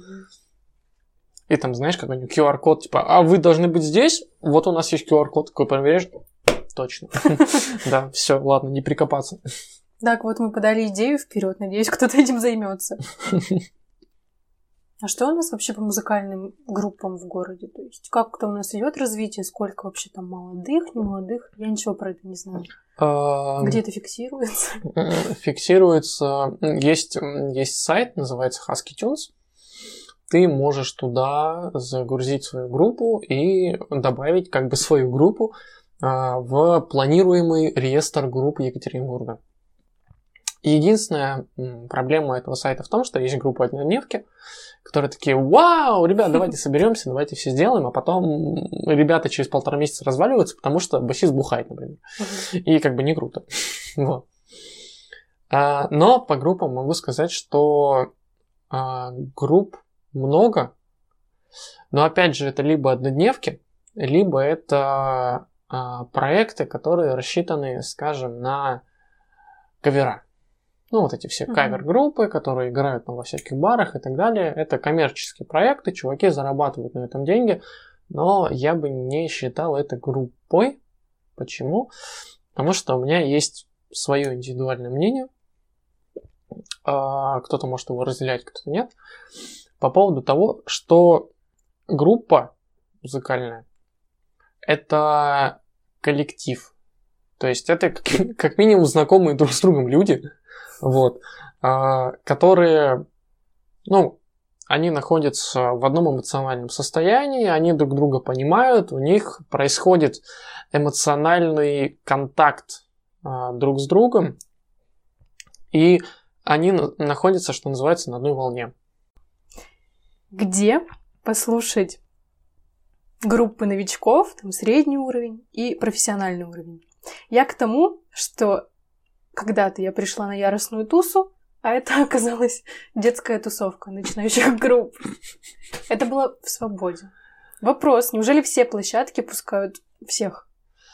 И там, знаешь, какой-нибудь ку ар-код, типа, а вы должны быть здесь, вот у нас есть ку ар-код, такой проверяешь, точно. Да, все, ладно, не прикопаться. Так, вот мы подали идею вперед, надеюсь, кто-то этим займется. А что у нас вообще по музыкальным группам в городе? То есть как-то у нас идет развитие, сколько вообще там молодых, не молодых? Я ничего про это не знаю. Где это фиксируется? Фиксируется, есть, есть сайт, называется Husky Tunes. Ты можешь туда загрузить свою группу и добавить как бы свою группу а, в планируемый реестр групп Екатеринбурга. Единственная проблема этого сайта в том, что есть группа однодневки, которые такие: вау, ребят, давайте соберемся, давайте все сделаем, а потом ребята через полтора месяца разваливаются, потому что басист бухает, например. И как бы не круто. Вот. А, но по группам могу сказать, что а, групп много, но опять же это либо однодневки, либо это а, проекты, которые рассчитаны, скажем, на кавера. Ну, вот эти все mm-hmm. кавер-группы, которые играют ну, во всяких барах и так далее. Это коммерческие проекты, чуваки зарабатывают на этом деньги, но я бы не считал это группой. Почему? Потому что у меня есть свое индивидуальное мнение. А, кто-то может его разделять, кто-то нет. По поводу того, что группа музыкальная – это коллектив. То есть это как, как минимум знакомые друг с другом люди, вот, а, которые, ну, они находятся в одном эмоциональном состоянии, они друг друга понимают, у них происходит эмоциональный контакт а, друг с другом, и они находятся, что называется, на одной волне. Где послушать группы новичков, там средний уровень и профессиональный уровень? Я к тому, что когда-то я пришла на яростную тусу, а это оказалась детская тусовка начинающих групп. Это было в свободе. Вопрос, неужели все площадки пускают всех?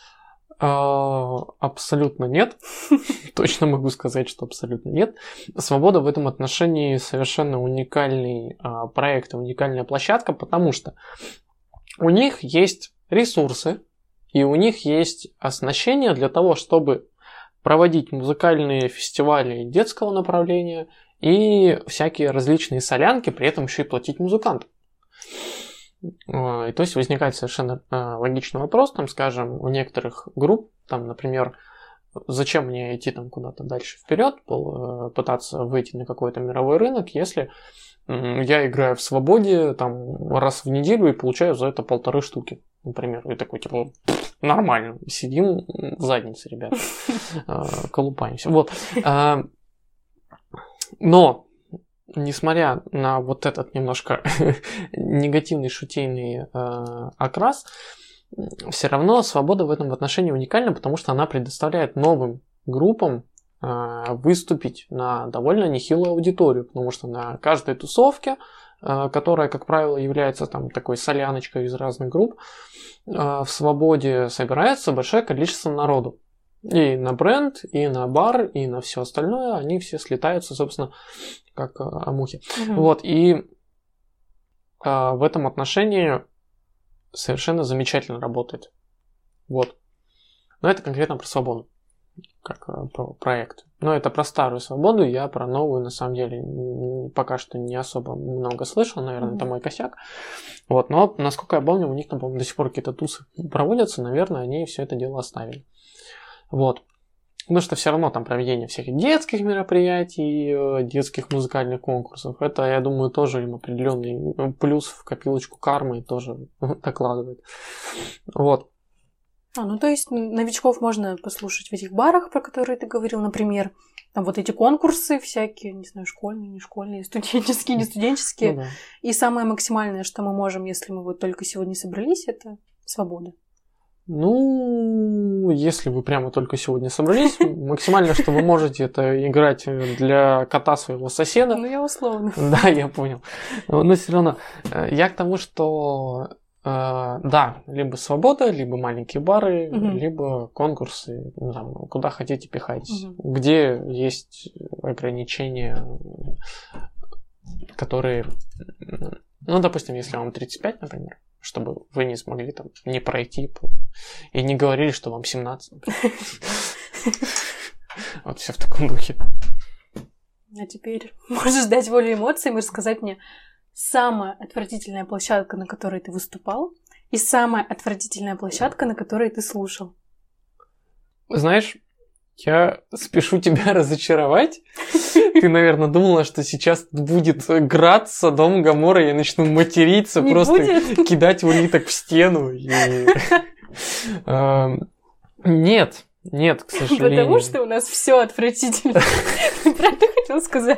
Абсолютно нет. Точно могу сказать, что абсолютно нет. Свобода в этом отношении совершенно уникальный а, проект, уникальная площадка, потому что у них есть ресурсы, и у них есть оснащение для того, чтобы проводить музыкальные фестивали детского направления и всякие различные солянки, при этом еще и платить музыкантам. И то есть возникает совершенно э, логичный вопрос, там, скажем, у некоторых групп, там, например, зачем мне идти там куда-то дальше вперед, пытаться выйти на какой-то мировой рынок, если э, я играю в свободе там раз в неделю и получаю за это полторы штуки, например. И такой, типа, нормально, сидим в заднице, ребята, э, колупаемся. Вот. Э, но несмотря на вот этот немножко негативный шутейный э, окрас, все равно свобода в этом отношении уникальна, потому что она предоставляет новым группам э, выступить на довольно нехилую аудиторию, потому что на каждой тусовке которая, как правило, является там такой соляночкой из разных групп, в свободе собирается большое количество народу. И на бренд, и на бар, и на все остальное, они все слетаются, собственно, как мухи. Mm-hmm. Вот, и а, в этом отношении совершенно замечательно работает. Вот. Но это конкретно про свободу, как про проект. Но это про старую свободу, я про новую, на самом деле, пока что не особо много слышал, наверное, mm-hmm. это мой косяк. Вот, но, насколько я помню, у них там, по-моему, до сих пор какие-то тусы проводятся, наверное, они все это дело оставили. Вот. Потому что все равно там проведение всех детских мероприятий, детских музыкальных конкурсов, это, я думаю, тоже им определенный плюс в копилочку кармы тоже докладывает. Вот. А, ну то есть новичков можно послушать в этих барах, про которые ты говорил, например, там вот эти конкурсы всякие, не знаю, школьные, не школьные, студенческие, не студенческие. Ну, да. И самое максимальное, что мы можем, если мы вот только сегодня собрались, это свобода. Ну, если вы прямо только сегодня собрались, максимально, что вы можете, это играть для кота своего соседа. Ну, я условно. Да, я понял. Но все равно, я к тому, что да, либо свобода, либо маленькие бары, угу. либо конкурсы, ну, там, куда хотите пихайтесь. Угу. Где есть ограничения, которые, ну, допустим, если вам тридцать пять, например, чтобы вы не смогли там не пройти и не говорили, что вам семнадцать. Вот все в таком духе. А теперь можешь дать волю эмоциям и рассказать мне самая отвратительная площадка, на которой ты выступал, и самая отвратительная площадка, на которой ты слушал. Знаешь, я спешу тебя разочаровать. Ты, наверное, думала, что сейчас будет град, Содом, Гоморра, я начну материться, не просто будет? Кидать улиток в стену. И... Нет, нет, к сожалению. Потому что у нас все отвратительно. Ты правда хотел сказать?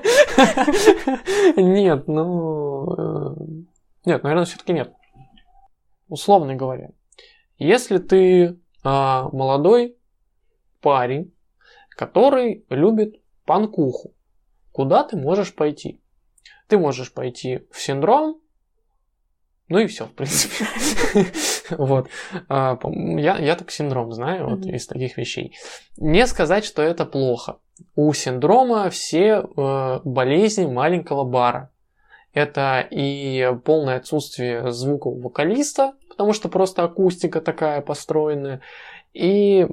Нет, ну... Нет, наверное, все-таки нет. Условно говоря, если ты молодой парень, который любит панкуху, куда ты можешь пойти? Ты можешь пойти в Синдром, ну и все, в принципе. Вот. Я, я так Синдром знаю, вот из таких вещей. Не сказать, что это плохо. У Синдрома все болезни маленького бара. Это и полное отсутствие звука у вокалиста, потому что просто акустика такая построенная, и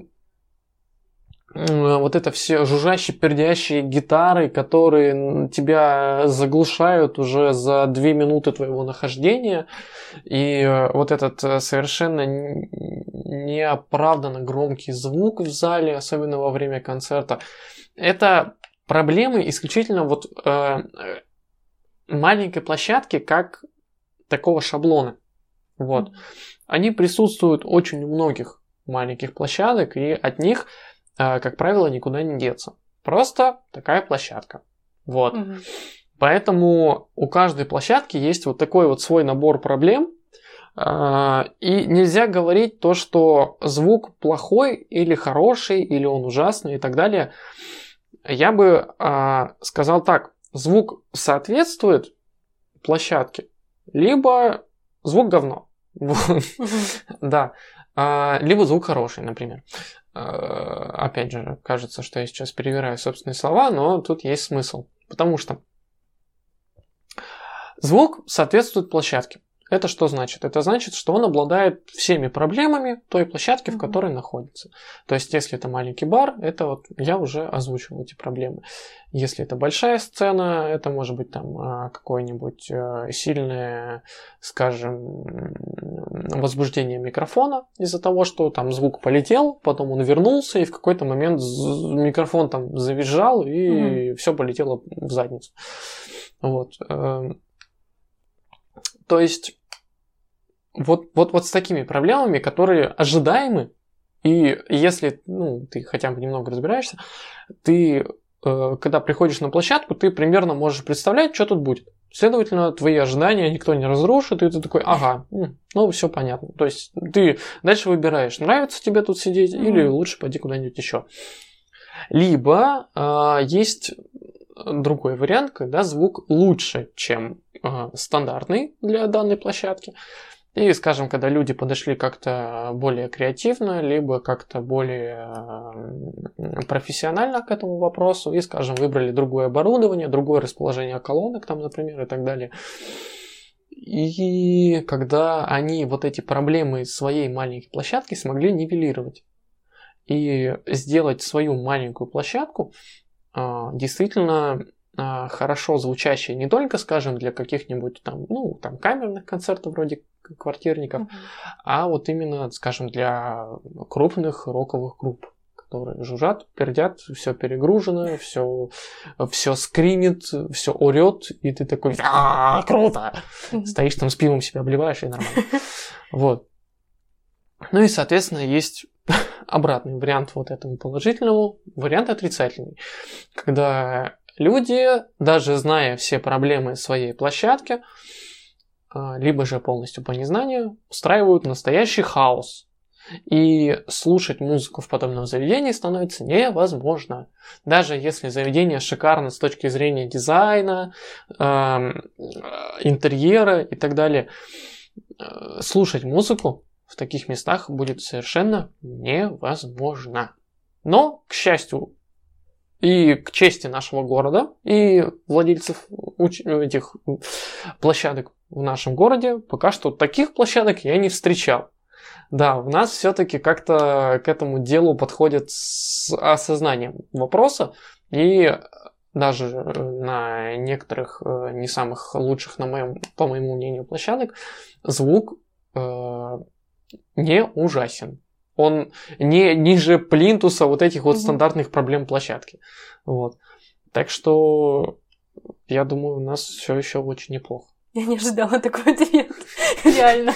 вот это все жужжащие, пердящие гитары, которые тебя заглушают уже за две минуты твоего нахождения. И вот этот совершенно неоправданно громкий звук в зале, особенно во время концерта. Это проблемы исключительно вот э, маленькой площадки, как такого шаблона. Вот. Они присутствуют очень у многих маленьких площадок, и от них, как правило, никуда не деться. Просто такая площадка. Вот. Угу. Поэтому у каждой площадки есть вот такой вот свой набор проблем. И нельзя говорить то, что звук плохой или хороший, или он ужасный и так далее. Я бы сказал так. Звук соответствует площадке, либо звук говно. Да. Либо звук хороший, например. Опять же, кажется, что я сейчас перевираю собственные слова, но тут есть смысл. Потому что звук соответствует площадке. Это что значит? Это значит, что он обладает всеми проблемами той площадки, в которой находится. То есть, если это маленький бар, это вот я уже озвучил эти проблемы. Если это большая сцена, это может быть там какое-нибудь сильное, скажем, возбуждение микрофона из-за того, что там звук полетел, потом он вернулся, и в какой-то момент микрофон там завизжал, и mm-hmm. все полетело в задницу. Вот. То есть, вот, вот, вот с такими проблемами, которые ожидаемы, и если ну, ты хотя бы немного разбираешься, ты, э, когда приходишь на площадку, ты примерно можешь представлять, что тут будет. Следовательно, твои ожидания никто не разрушит, и ты такой, ага, ну, все понятно. То есть, ты дальше выбираешь, нравится тебе тут сидеть, mm-hmm. или лучше пойди куда-нибудь еще. Либо э, есть другой вариант, когда звук лучше, чем э, стандартный для данной площадки. И, скажем, когда люди подошли как-то более креативно, либо как-то более э, профессионально к этому вопросу, и, скажем, выбрали другое оборудование, другое расположение колонок, там, например, и так далее. И когда они вот эти проблемы своей маленькой площадки смогли нивелировать и сделать свою маленькую площадку э, действительно э, хорошо звучащей не только, скажем, для каких-нибудь там, ну, там камерных концертов вроде квартирников, mm-hmm. а вот именно, скажем, для крупных роковых групп, которые жужжат, пердят, все перегружено, все, все скримит, все орет, и ты такой, а круто! Mm-hmm. Стоишь там с пивом, себя обливаешь, и нормально. Вот. Ну и, соответственно, есть обратный вариант вот этому положительному, вариант отрицательный. Когда люди, даже зная все проблемы своей площадки, либо же полностью по незнанию, устраивают настоящий хаос. И слушать музыку в подобном заведении становится невозможно. Даже если заведение шикарно с точки зрения дизайна, э, интерьера и так далее, э, слушать музыку в таких местах будет совершенно невозможно. Но, к счастью, и к чести нашего города, и владельцев уч- этих площадок в нашем городе, пока что таких площадок я не встречал. Да, у нас все-таки как-то к этому делу подходят с осознанием вопроса, и даже на некоторых не самых лучших, на моем, по моему мнению, площадок звук э, не ужасен. Он не ниже плинтуса вот этих вот mm-hmm. стандартных проблем площадки. Вот. Так что я думаю, у нас все еще очень неплохо. Я не ожидала такой ответ. Реально.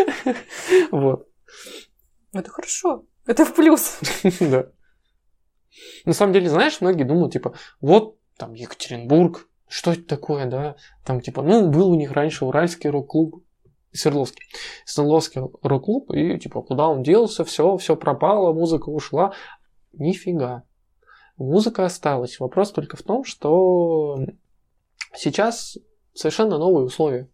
Вот. Это хорошо. Это в плюс. Да. На самом деле, знаешь, многие думают, типа, вот там Екатеринбург, что это такое, да? Там, типа, ну, был у них раньше Уральский рок-клуб, Свердловский. Свердловский рок-клуб, и, типа, куда он делся, все, все пропало, музыка ушла. Нифига. Музыка осталась. Вопрос только в том, что сейчас совершенно новые условия.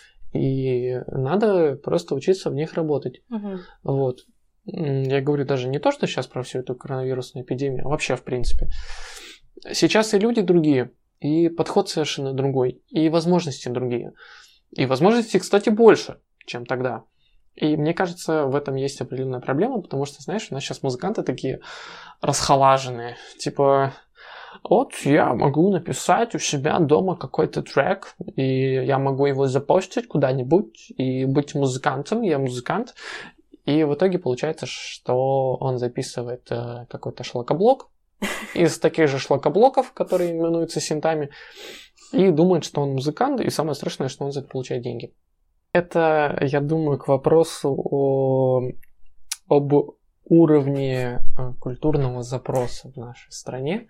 И надо просто учиться в них работать. Uh-huh. Вот. Я говорю даже не то, что сейчас про всю эту коронавирусную эпидемию, а вообще в принципе. Сейчас и люди другие, и подход совершенно другой, и возможности другие. И возможностей, кстати, больше, чем тогда. И мне кажется, в этом есть определенная проблема, потому что, знаешь, у нас сейчас музыканты такие расхолаженные. Типа, вот я могу написать у себя дома какой-то трек, и я могу его запостить куда-нибудь, и быть музыкантом, я музыкант. И в итоге получается, что он записывает э, какой-то шлакоблок из таких же шлакоблоков, которые именуются синтами, и думает, что он музыкант, и самое страшное, что он за это получает деньги. Это, я думаю, к вопросу о, об уровне культурного запроса в нашей стране.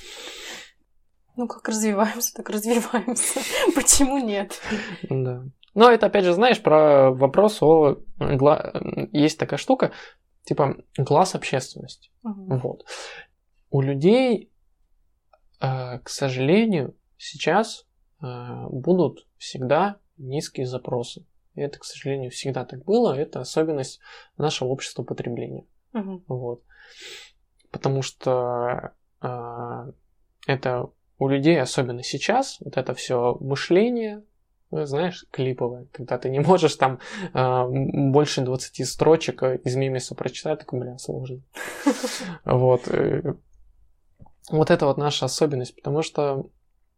Ну, как развиваемся, так развиваемся. Почему нет? Да. Но это, опять же, знаешь, про вопрос о... Есть такая штука, типа, глаз общественности. Угу. Вот. У людей, к сожалению, сейчас будут всегда низкие запросы. И это, к сожалению, всегда так было. Это особенность нашего общества потребления. Угу. Вот. Потому что это у людей, особенно сейчас, вот это все мышление, знаешь, клиповое, когда ты не можешь там э, больше двадцати строчек из мимиса прочитать, так, бля, сложно. Вот. Вот это вот наша особенность, потому что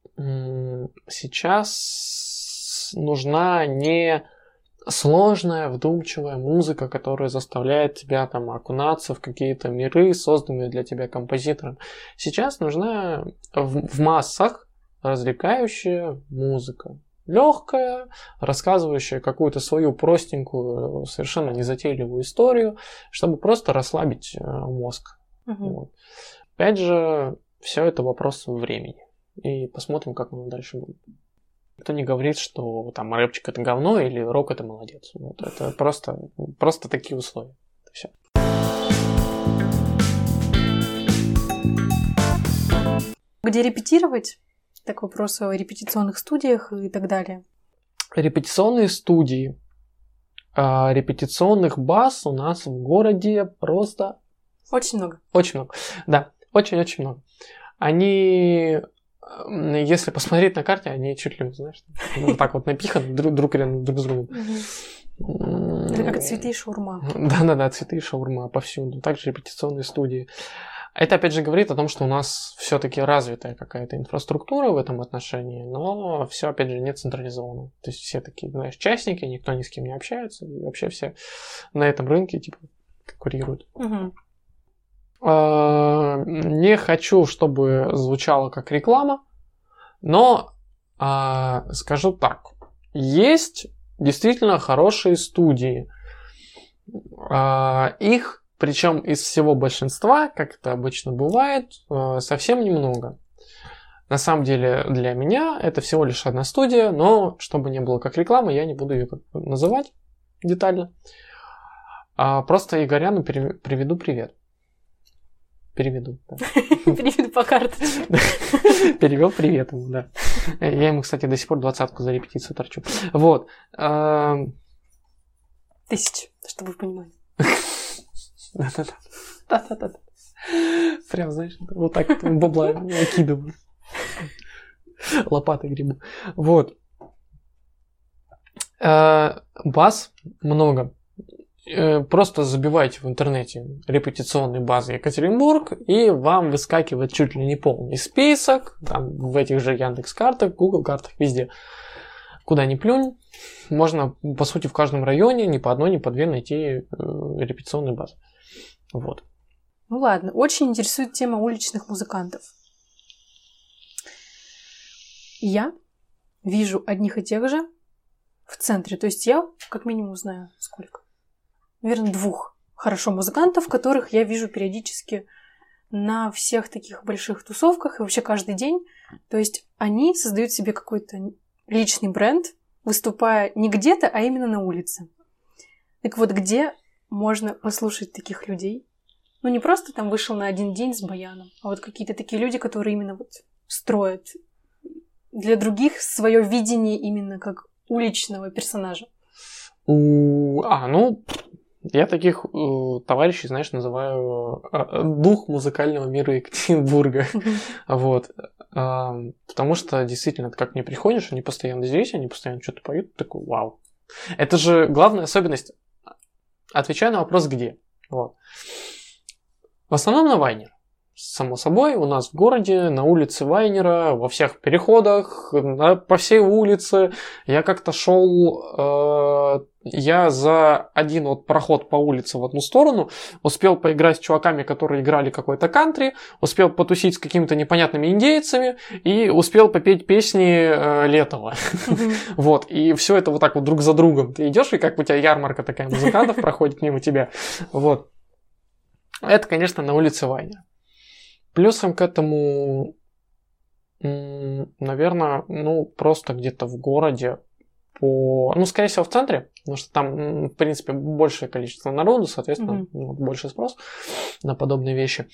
сейчас нужна не сложная, вдумчивая музыка, которая заставляет тебя там окунаться в какие-то миры, созданные для тебя композитором. Сейчас нужна в, в массах развлекающая музыка. Легкая, рассказывающая какую-то свою простенькую, совершенно незатейливую историю, чтобы просто расслабить мозг. Угу. Вот. Опять же, все это вопрос времени. И посмотрим, как оно дальше будет. Никто не говорит, что там рэпчик это говно или рок это молодец. Вот. Это просто, просто такие условия. Это все. Где репетировать? Это к вопросу о репетиционных студиях и так далее. Репетиционные студии. А, репетиционных баз у нас в городе просто... Очень много. Очень много. Да, очень-очень много. Они, если посмотреть на карте, они чуть ли, знаешь, вот так вот напиханы друг, друг рядом друг с другом. Это как цветы и шаурма. Да-да-да, цветы и шаурма повсюду. Также репетиционные студии. Это, опять же, говорит о том, что у нас все-таки развитая какая-то инфраструктура в этом отношении, но все, опять же, не централизовано. То есть все такие, знаешь, частники, никто ни с кем не общается, и вообще все на этом рынке, типа, конкурируют. Угу. Не хочу, чтобы звучало как реклама, но скажу так. Есть действительно хорошие студии. Их, причем из всего большинства, как это обычно бывает, совсем немного. На самом деле для меня это всего лишь одна студия, но чтобы не было как реклама, я не буду ее называть детально. Просто Игоряну приведу привет. Переведу. Да. Переведу по карточке. Перевел привет ему, да. Я ему, кстати, до сих пор двадцатку за репетицию торчу. Вот. Тысяч, чтобы вы понимали. Да-да-да. Да-да-да. Прям, знаешь, вот так бабла накидываю. Лопатой грибу. Вот. Баз много. Просто забивайте в интернете репетиционные базы Екатеринбург, и вам выскакивает чуть ли не полный список, там, в этих же Яндекс.Картах, Google.Картах, везде. Куда ни плюнь, можно, по сути, в каждом районе ни по одной, ни по две найти э, репетиционные базы. Вот. Ну ладно, очень интересует тема уличных музыкантов. Я вижу одних и тех же в центре, то есть я как минимум знаю сколько. Наверное, двух хорошо музыкантов, которых я вижу периодически на всех таких больших тусовках и вообще каждый день. То есть они создают себе какой-то личный бренд, выступая не где-то, а именно на улице. Так вот, где можно послушать таких людей? Ну, не просто там вышел на один день с баяном, а вот какие-то такие люди, которые именно вот строят для других свое видение именно как уличного персонажа. У... А, ну... Я таких э, товарищей, знаешь, называю э, дух музыкального мира Екатеринбурга. Вот. Э, потому что, действительно, как мне приходишь, они постоянно здесь, они постоянно что-то поют, такой, вау. Это же главная особенность. Отвечаю на вопрос, где. Вот. В основном на Вайнер. Само собой, у нас в городе, на улице Вайнера, во всех переходах, на, по всей улице. Я как-то шел, э, я за один вот проход по улице в одну сторону успел поиграть с чуваками, которые играли какой-то кантри, успел потусить с какими-то непонятными индейцами и успел попеть песни э, Летова. Mm-hmm. Вот, и все это вот так вот друг за другом. Ты идешь, и как у тебя ярмарка такая музыкантов проходит мимо тебя. Вот. Это, конечно, на улице Вайнера. Плюсом к этому, наверное, ну, просто где-то в городе, по... ну, скорее всего, в центре, потому что там, в принципе, большее количество народу, соответственно, mm-hmm. ну, больше спрос на подобные вещи.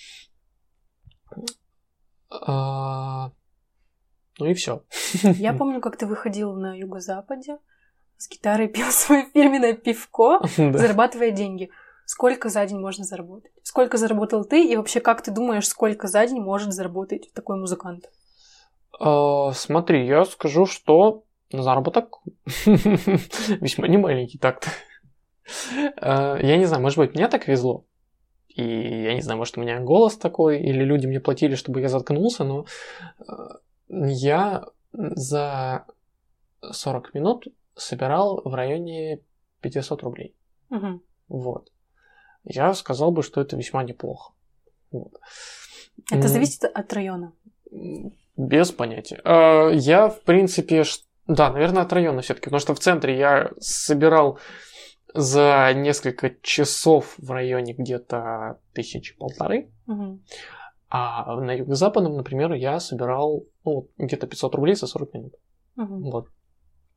А... Ну и все. Я помню, как ты выходил на юго-западе с гитарой, пил свое фирменное пивко, зарабатывая деньги. Сколько за день можно заработать? Сколько заработал ты? И вообще, как ты думаешь, сколько за день может заработать такой музыкант? Uh, смотри, я скажу, что заработок весьма немаленький так-то. uh, я не знаю, может быть, мне так везло. И я не знаю, может, у меня голос такой, или люди мне платили, чтобы я заткнулся, но uh, я за сорок минут собирал в районе пятьсот рублей. Uh-huh. Вот. Я сказал бы, что это весьма неплохо. Вот. Это зависит от района? Без понятия. Я, в принципе, да, наверное, от района все-таки, потому что в центре я собирал за несколько часов в районе где-то тысячи полторы, угу. А на юго-западном, например, я собирал ну, где-то пятьсот рублей за сорок минут. Угу. Вот.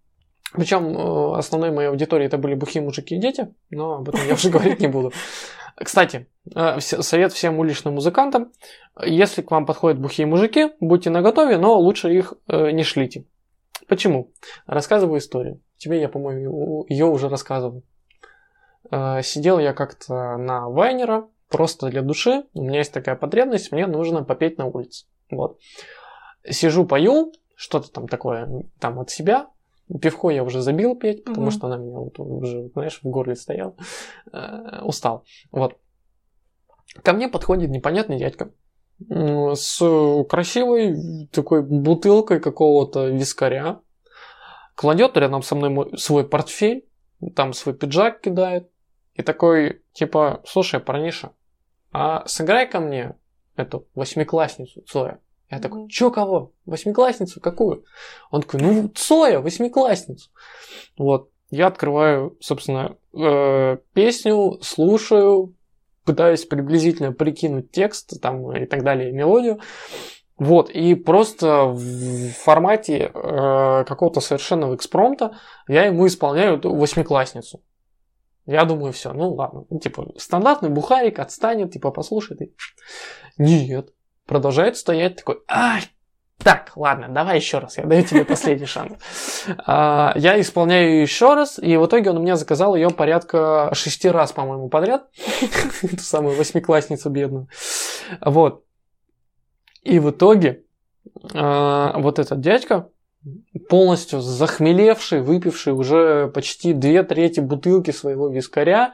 Причем основной моей аудиторией это были бухие мужики и дети, но об этом я уже говорить не буду. Кстати, совет всем уличным музыкантам. Если к вам подходят бухие мужики, будьте наготове, но лучше их не шлите. Почему? Рассказываю историю. Тебе я, по-моему, ее уже рассказывал. Сидел я как-то на Вайнера, просто для души. У меня есть такая потребность, мне нужно попеть на улице. Вот. Сижу, пою, что-то там такое там от себя. Пивко я уже забил петь, потому mm-hmm. что она меня вот уже, знаешь, в горле стояла. Э, устал. Вот. Ко мне подходит непонятный дядька с красивой такой бутылкой какого-то вискаря. Кладет рядом со мной мой, свой портфель, там свой пиджак кидает. И такой, типа, слушай, парниша, а сыграй ко мне эту восьмиклассницу Цоя. Я такой, чё кого? Восьмиклассницу какую? Он такой, ну, Цоя, восьмиклассницу. Вот. Я открываю, собственно, э, песню, слушаю, пытаюсь приблизительно прикинуть текст там, и так далее, мелодию. Вот. И просто в формате э, какого-то совершенного экспромта я ему исполняю эту восьмиклассницу. Я думаю, все, ну ладно. Ну, типа, стандартный бухарик отстанет, типа, послушает. И... Нет. Продолжает стоять такой, а, так, ладно, давай еще раз, я даю тебе последний шанс. А, я исполняю еще раз, и в итоге он у меня заказал ее порядка шести раз, по-моему, подряд. Эту самую восьмиклассницу бедную. Вот. И в итоге а, вот этот дядька, полностью захмелевший, выпивший уже почти две трети бутылки своего вискаря,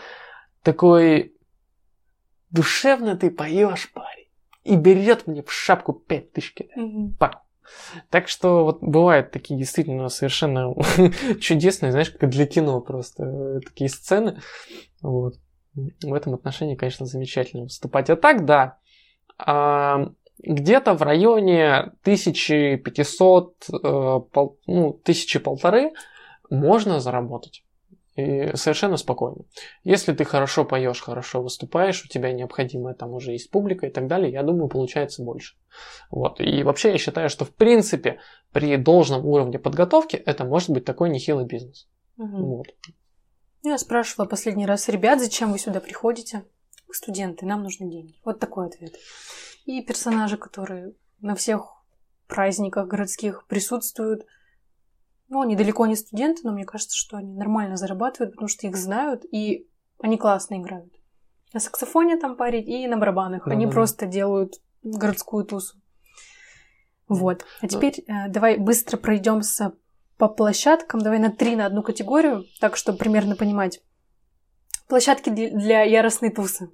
такой, душевно ты поешь, парень. И берет мне в шапку пять тысяч кидает. Mm-hmm. Так что вот бывают такие действительно совершенно чудесные, знаешь, как для кино просто такие сцены. Вот. В этом отношении, конечно, замечательно выступать. А так, да, а, где-то в районе тысяча пятьсот, пол, ну, тысячи полторы можно заработать. И совершенно спокойно. Если ты хорошо поешь, хорошо выступаешь, у тебя необходимая там уже есть публика и так далее, я думаю, получается больше. Вот. И вообще я считаю, что в принципе при должном уровне подготовки это может быть такой нехилый бизнес. Угу. Вот. Я спрашивала последний раз ребят, зачем вы сюда приходите? Студенты, нам нужны деньги. Вот такой ответ. И персонажи, которые на всех праздниках городских присутствуют, ну, они далеко не студенты, но мне кажется, что они нормально зарабатывают, потому что их знают, и они классно играют. На саксофоне там парить и на барабанах. Да, они да, просто да. делают городскую тусу. Вот. А теперь да. э, давай быстро пройдемся по площадкам. Давай на три на одну категорию, так, чтобы примерно понимать. Площадки для яростной тусы.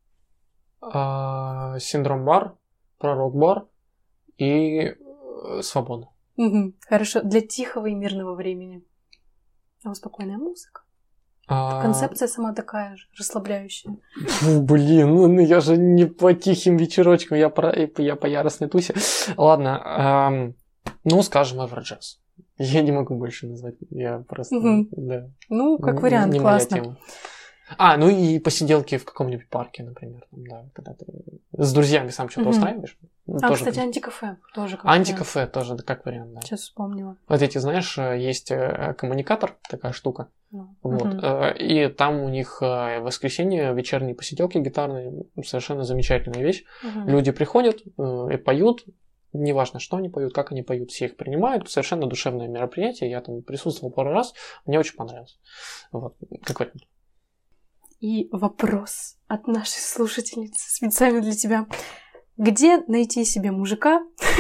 А, Синдром-бар, Пророк-бар и Свобода. Угу, хорошо. Для тихого и мирного времени. А спокойная музыка. А... Концепция сама такая же, расслабляющая. Фу, блин, ну я же не по тихим вечерочкам, я, про, я по яростной тусе. Ладно, эм, ну, скажем, Евроджаз. Я не могу больше назвать, я просто... Угу. Да. Ну, как вариант, не классно. А, ну и посиделки в каком-нибудь парке, например. Там, да, когда ты с друзьями сам что-то угу. устраиваешь. А, тоже кстати, как... антикафе тоже как Антикафе вариант. тоже как вариант, да. Сейчас вспомнила. Вот эти, знаешь, есть коммуникатор, такая штука. Ну, вот. Угу. И там у них в воскресенье вечерние посиделки гитарные. Совершенно замечательная вещь. Угу. Люди приходят и поют. Неважно, что они поют, как они поют, все их принимают. Совершенно душевное мероприятие. Я там присутствовал пару раз. Мне очень понравилось. Вот. Как вариант. И вопрос от нашей слушательницы специально для тебя. Где найти себе мужика?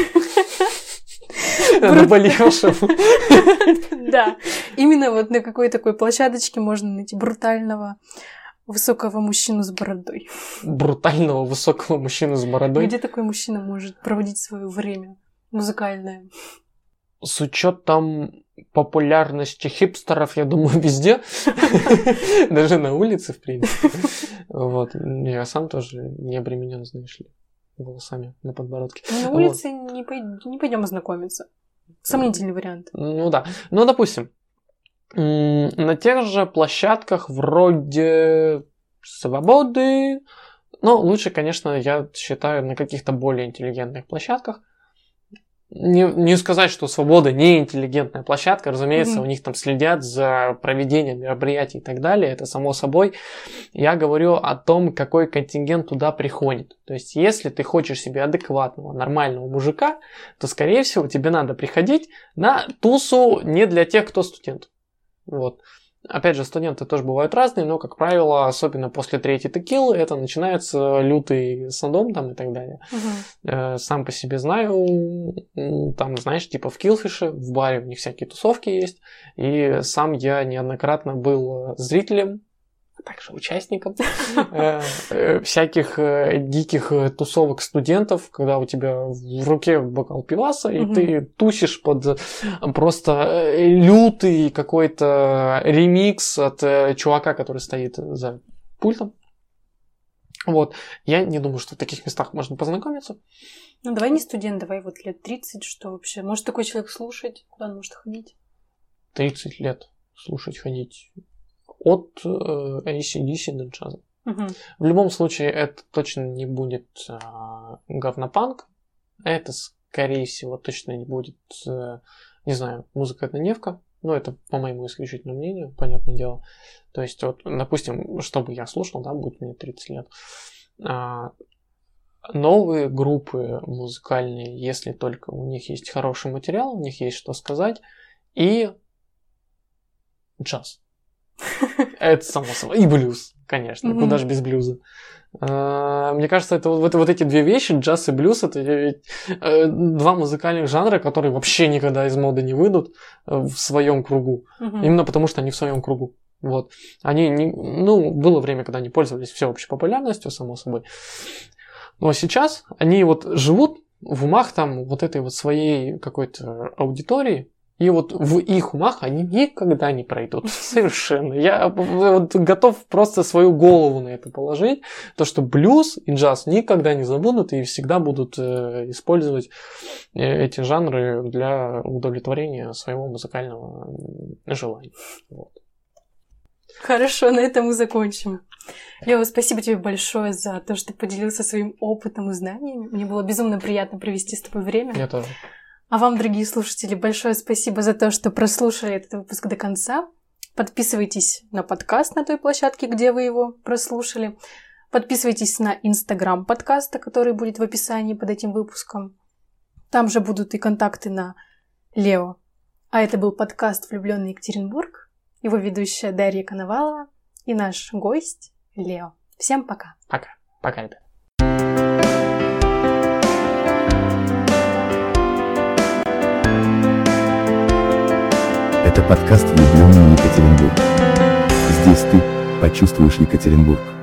Наболевшего. Да. Именно вот на какой такой площадочке можно найти брутального высокого мужчину с бородой. Брутального высокого мужчину с бородой? Где такой мужчина может проводить свое время музыкальное? С учетом популярности хипстеров, я думаю, везде. Даже на улице, в принципе. Вот. Я сам тоже не обременен, знаешь ли, волосами на подбородке. На улице не пойдем знакомиться. Сомнительный вариант. Ну да. Ну, допустим, на тех же площадках вроде Свободы, но лучше, конечно, я считаю, на каких-то более интеллигентных площадках. Не, не сказать, что «Свобода» не интеллигентная площадка, разумеется, mm-hmm. у них там следят за проведением мероприятий и так далее, это само собой. Я говорю о том, какой контингент туда приходит. То есть, если ты хочешь себе адекватного, нормального мужика, то, скорее всего, тебе надо приходить на тусу не для тех, кто студент. Вот. Опять же, студенты тоже бывают разные, но, как правило, особенно после третьей текилы, это начинается лютый садом там и так далее. Uh-huh. Сам по себе знаю, там, знаешь, типа в Киллфише, в баре у них всякие тусовки есть, и сам я неоднократно был зрителем, а также участником всяких диких тусовок студентов, когда у тебя в руке бокал пиваса, и ты тусишь под просто лютый какой-то ремикс от чувака, который стоит за пультом. Вот. Я не думаю, что в таких местах можно познакомиться. Ну, давай не студент, давай вот лет тридцать, что вообще? Может такой человек слушать? Куда он может ходить? тридцать лет слушать, ходить. От э, эй си ди си до джаза. Uh-huh. В любом случае, это точно не будет э, говнопанк. Это, скорее всего, точно не будет, э, не знаю, музыка однодневка. Ну, это по моему исключительному мнению, понятное дело. То есть, вот, допустим, что бы я слушал, да, будет мне тридцать лет. А, новые группы музыкальные, если только у них есть хороший материал, у них есть что сказать, и джаз. Это само собой. И блюз, конечно. Mm-hmm. Куда же без блюза. Мне кажется, это вот, вот эти две вещи, джаз и блюз, это два музыкальных жанра, которые вообще никогда из моды не выйдут в своем кругу. Mm-hmm. Именно потому, что они в своем кругу. Вот. Они не, ну, было время, когда они пользовались всеобщей популярностью, само собой. Но сейчас они вот живут в умах там вот этой вот своей какой-то аудитории. И вот в их умах они никогда не пройдут. Совершенно. Я вот готов просто свою голову на это положить. То, что блюз и джаз никогда не забудут и всегда будут э, использовать эти жанры для удовлетворения своего музыкального желания. Вот. Хорошо, на этом мы закончим. Лео, спасибо тебе большое за то, что ты поделился своим опытом и знаниями. Мне было безумно приятно провести с тобой время. Я тоже. А вам, дорогие слушатели, большое спасибо за то, что прослушали этот выпуск до конца. Подписывайтесь на подкаст на той площадке, где вы его прослушали. Подписывайтесь на Инстаграм подкаста, который будет в описании под этим выпуском. Там же будут и контакты на Лео. А это был подкаст «Влюблённый Екатеринбург», его ведущая Дарья Коновалова и наш гость Лео. Всем пока. Пока. Пока, ребят. Это подкаст «Влюблённый Екатеринбург». Здесь ты почувствуешь Екатеринбург.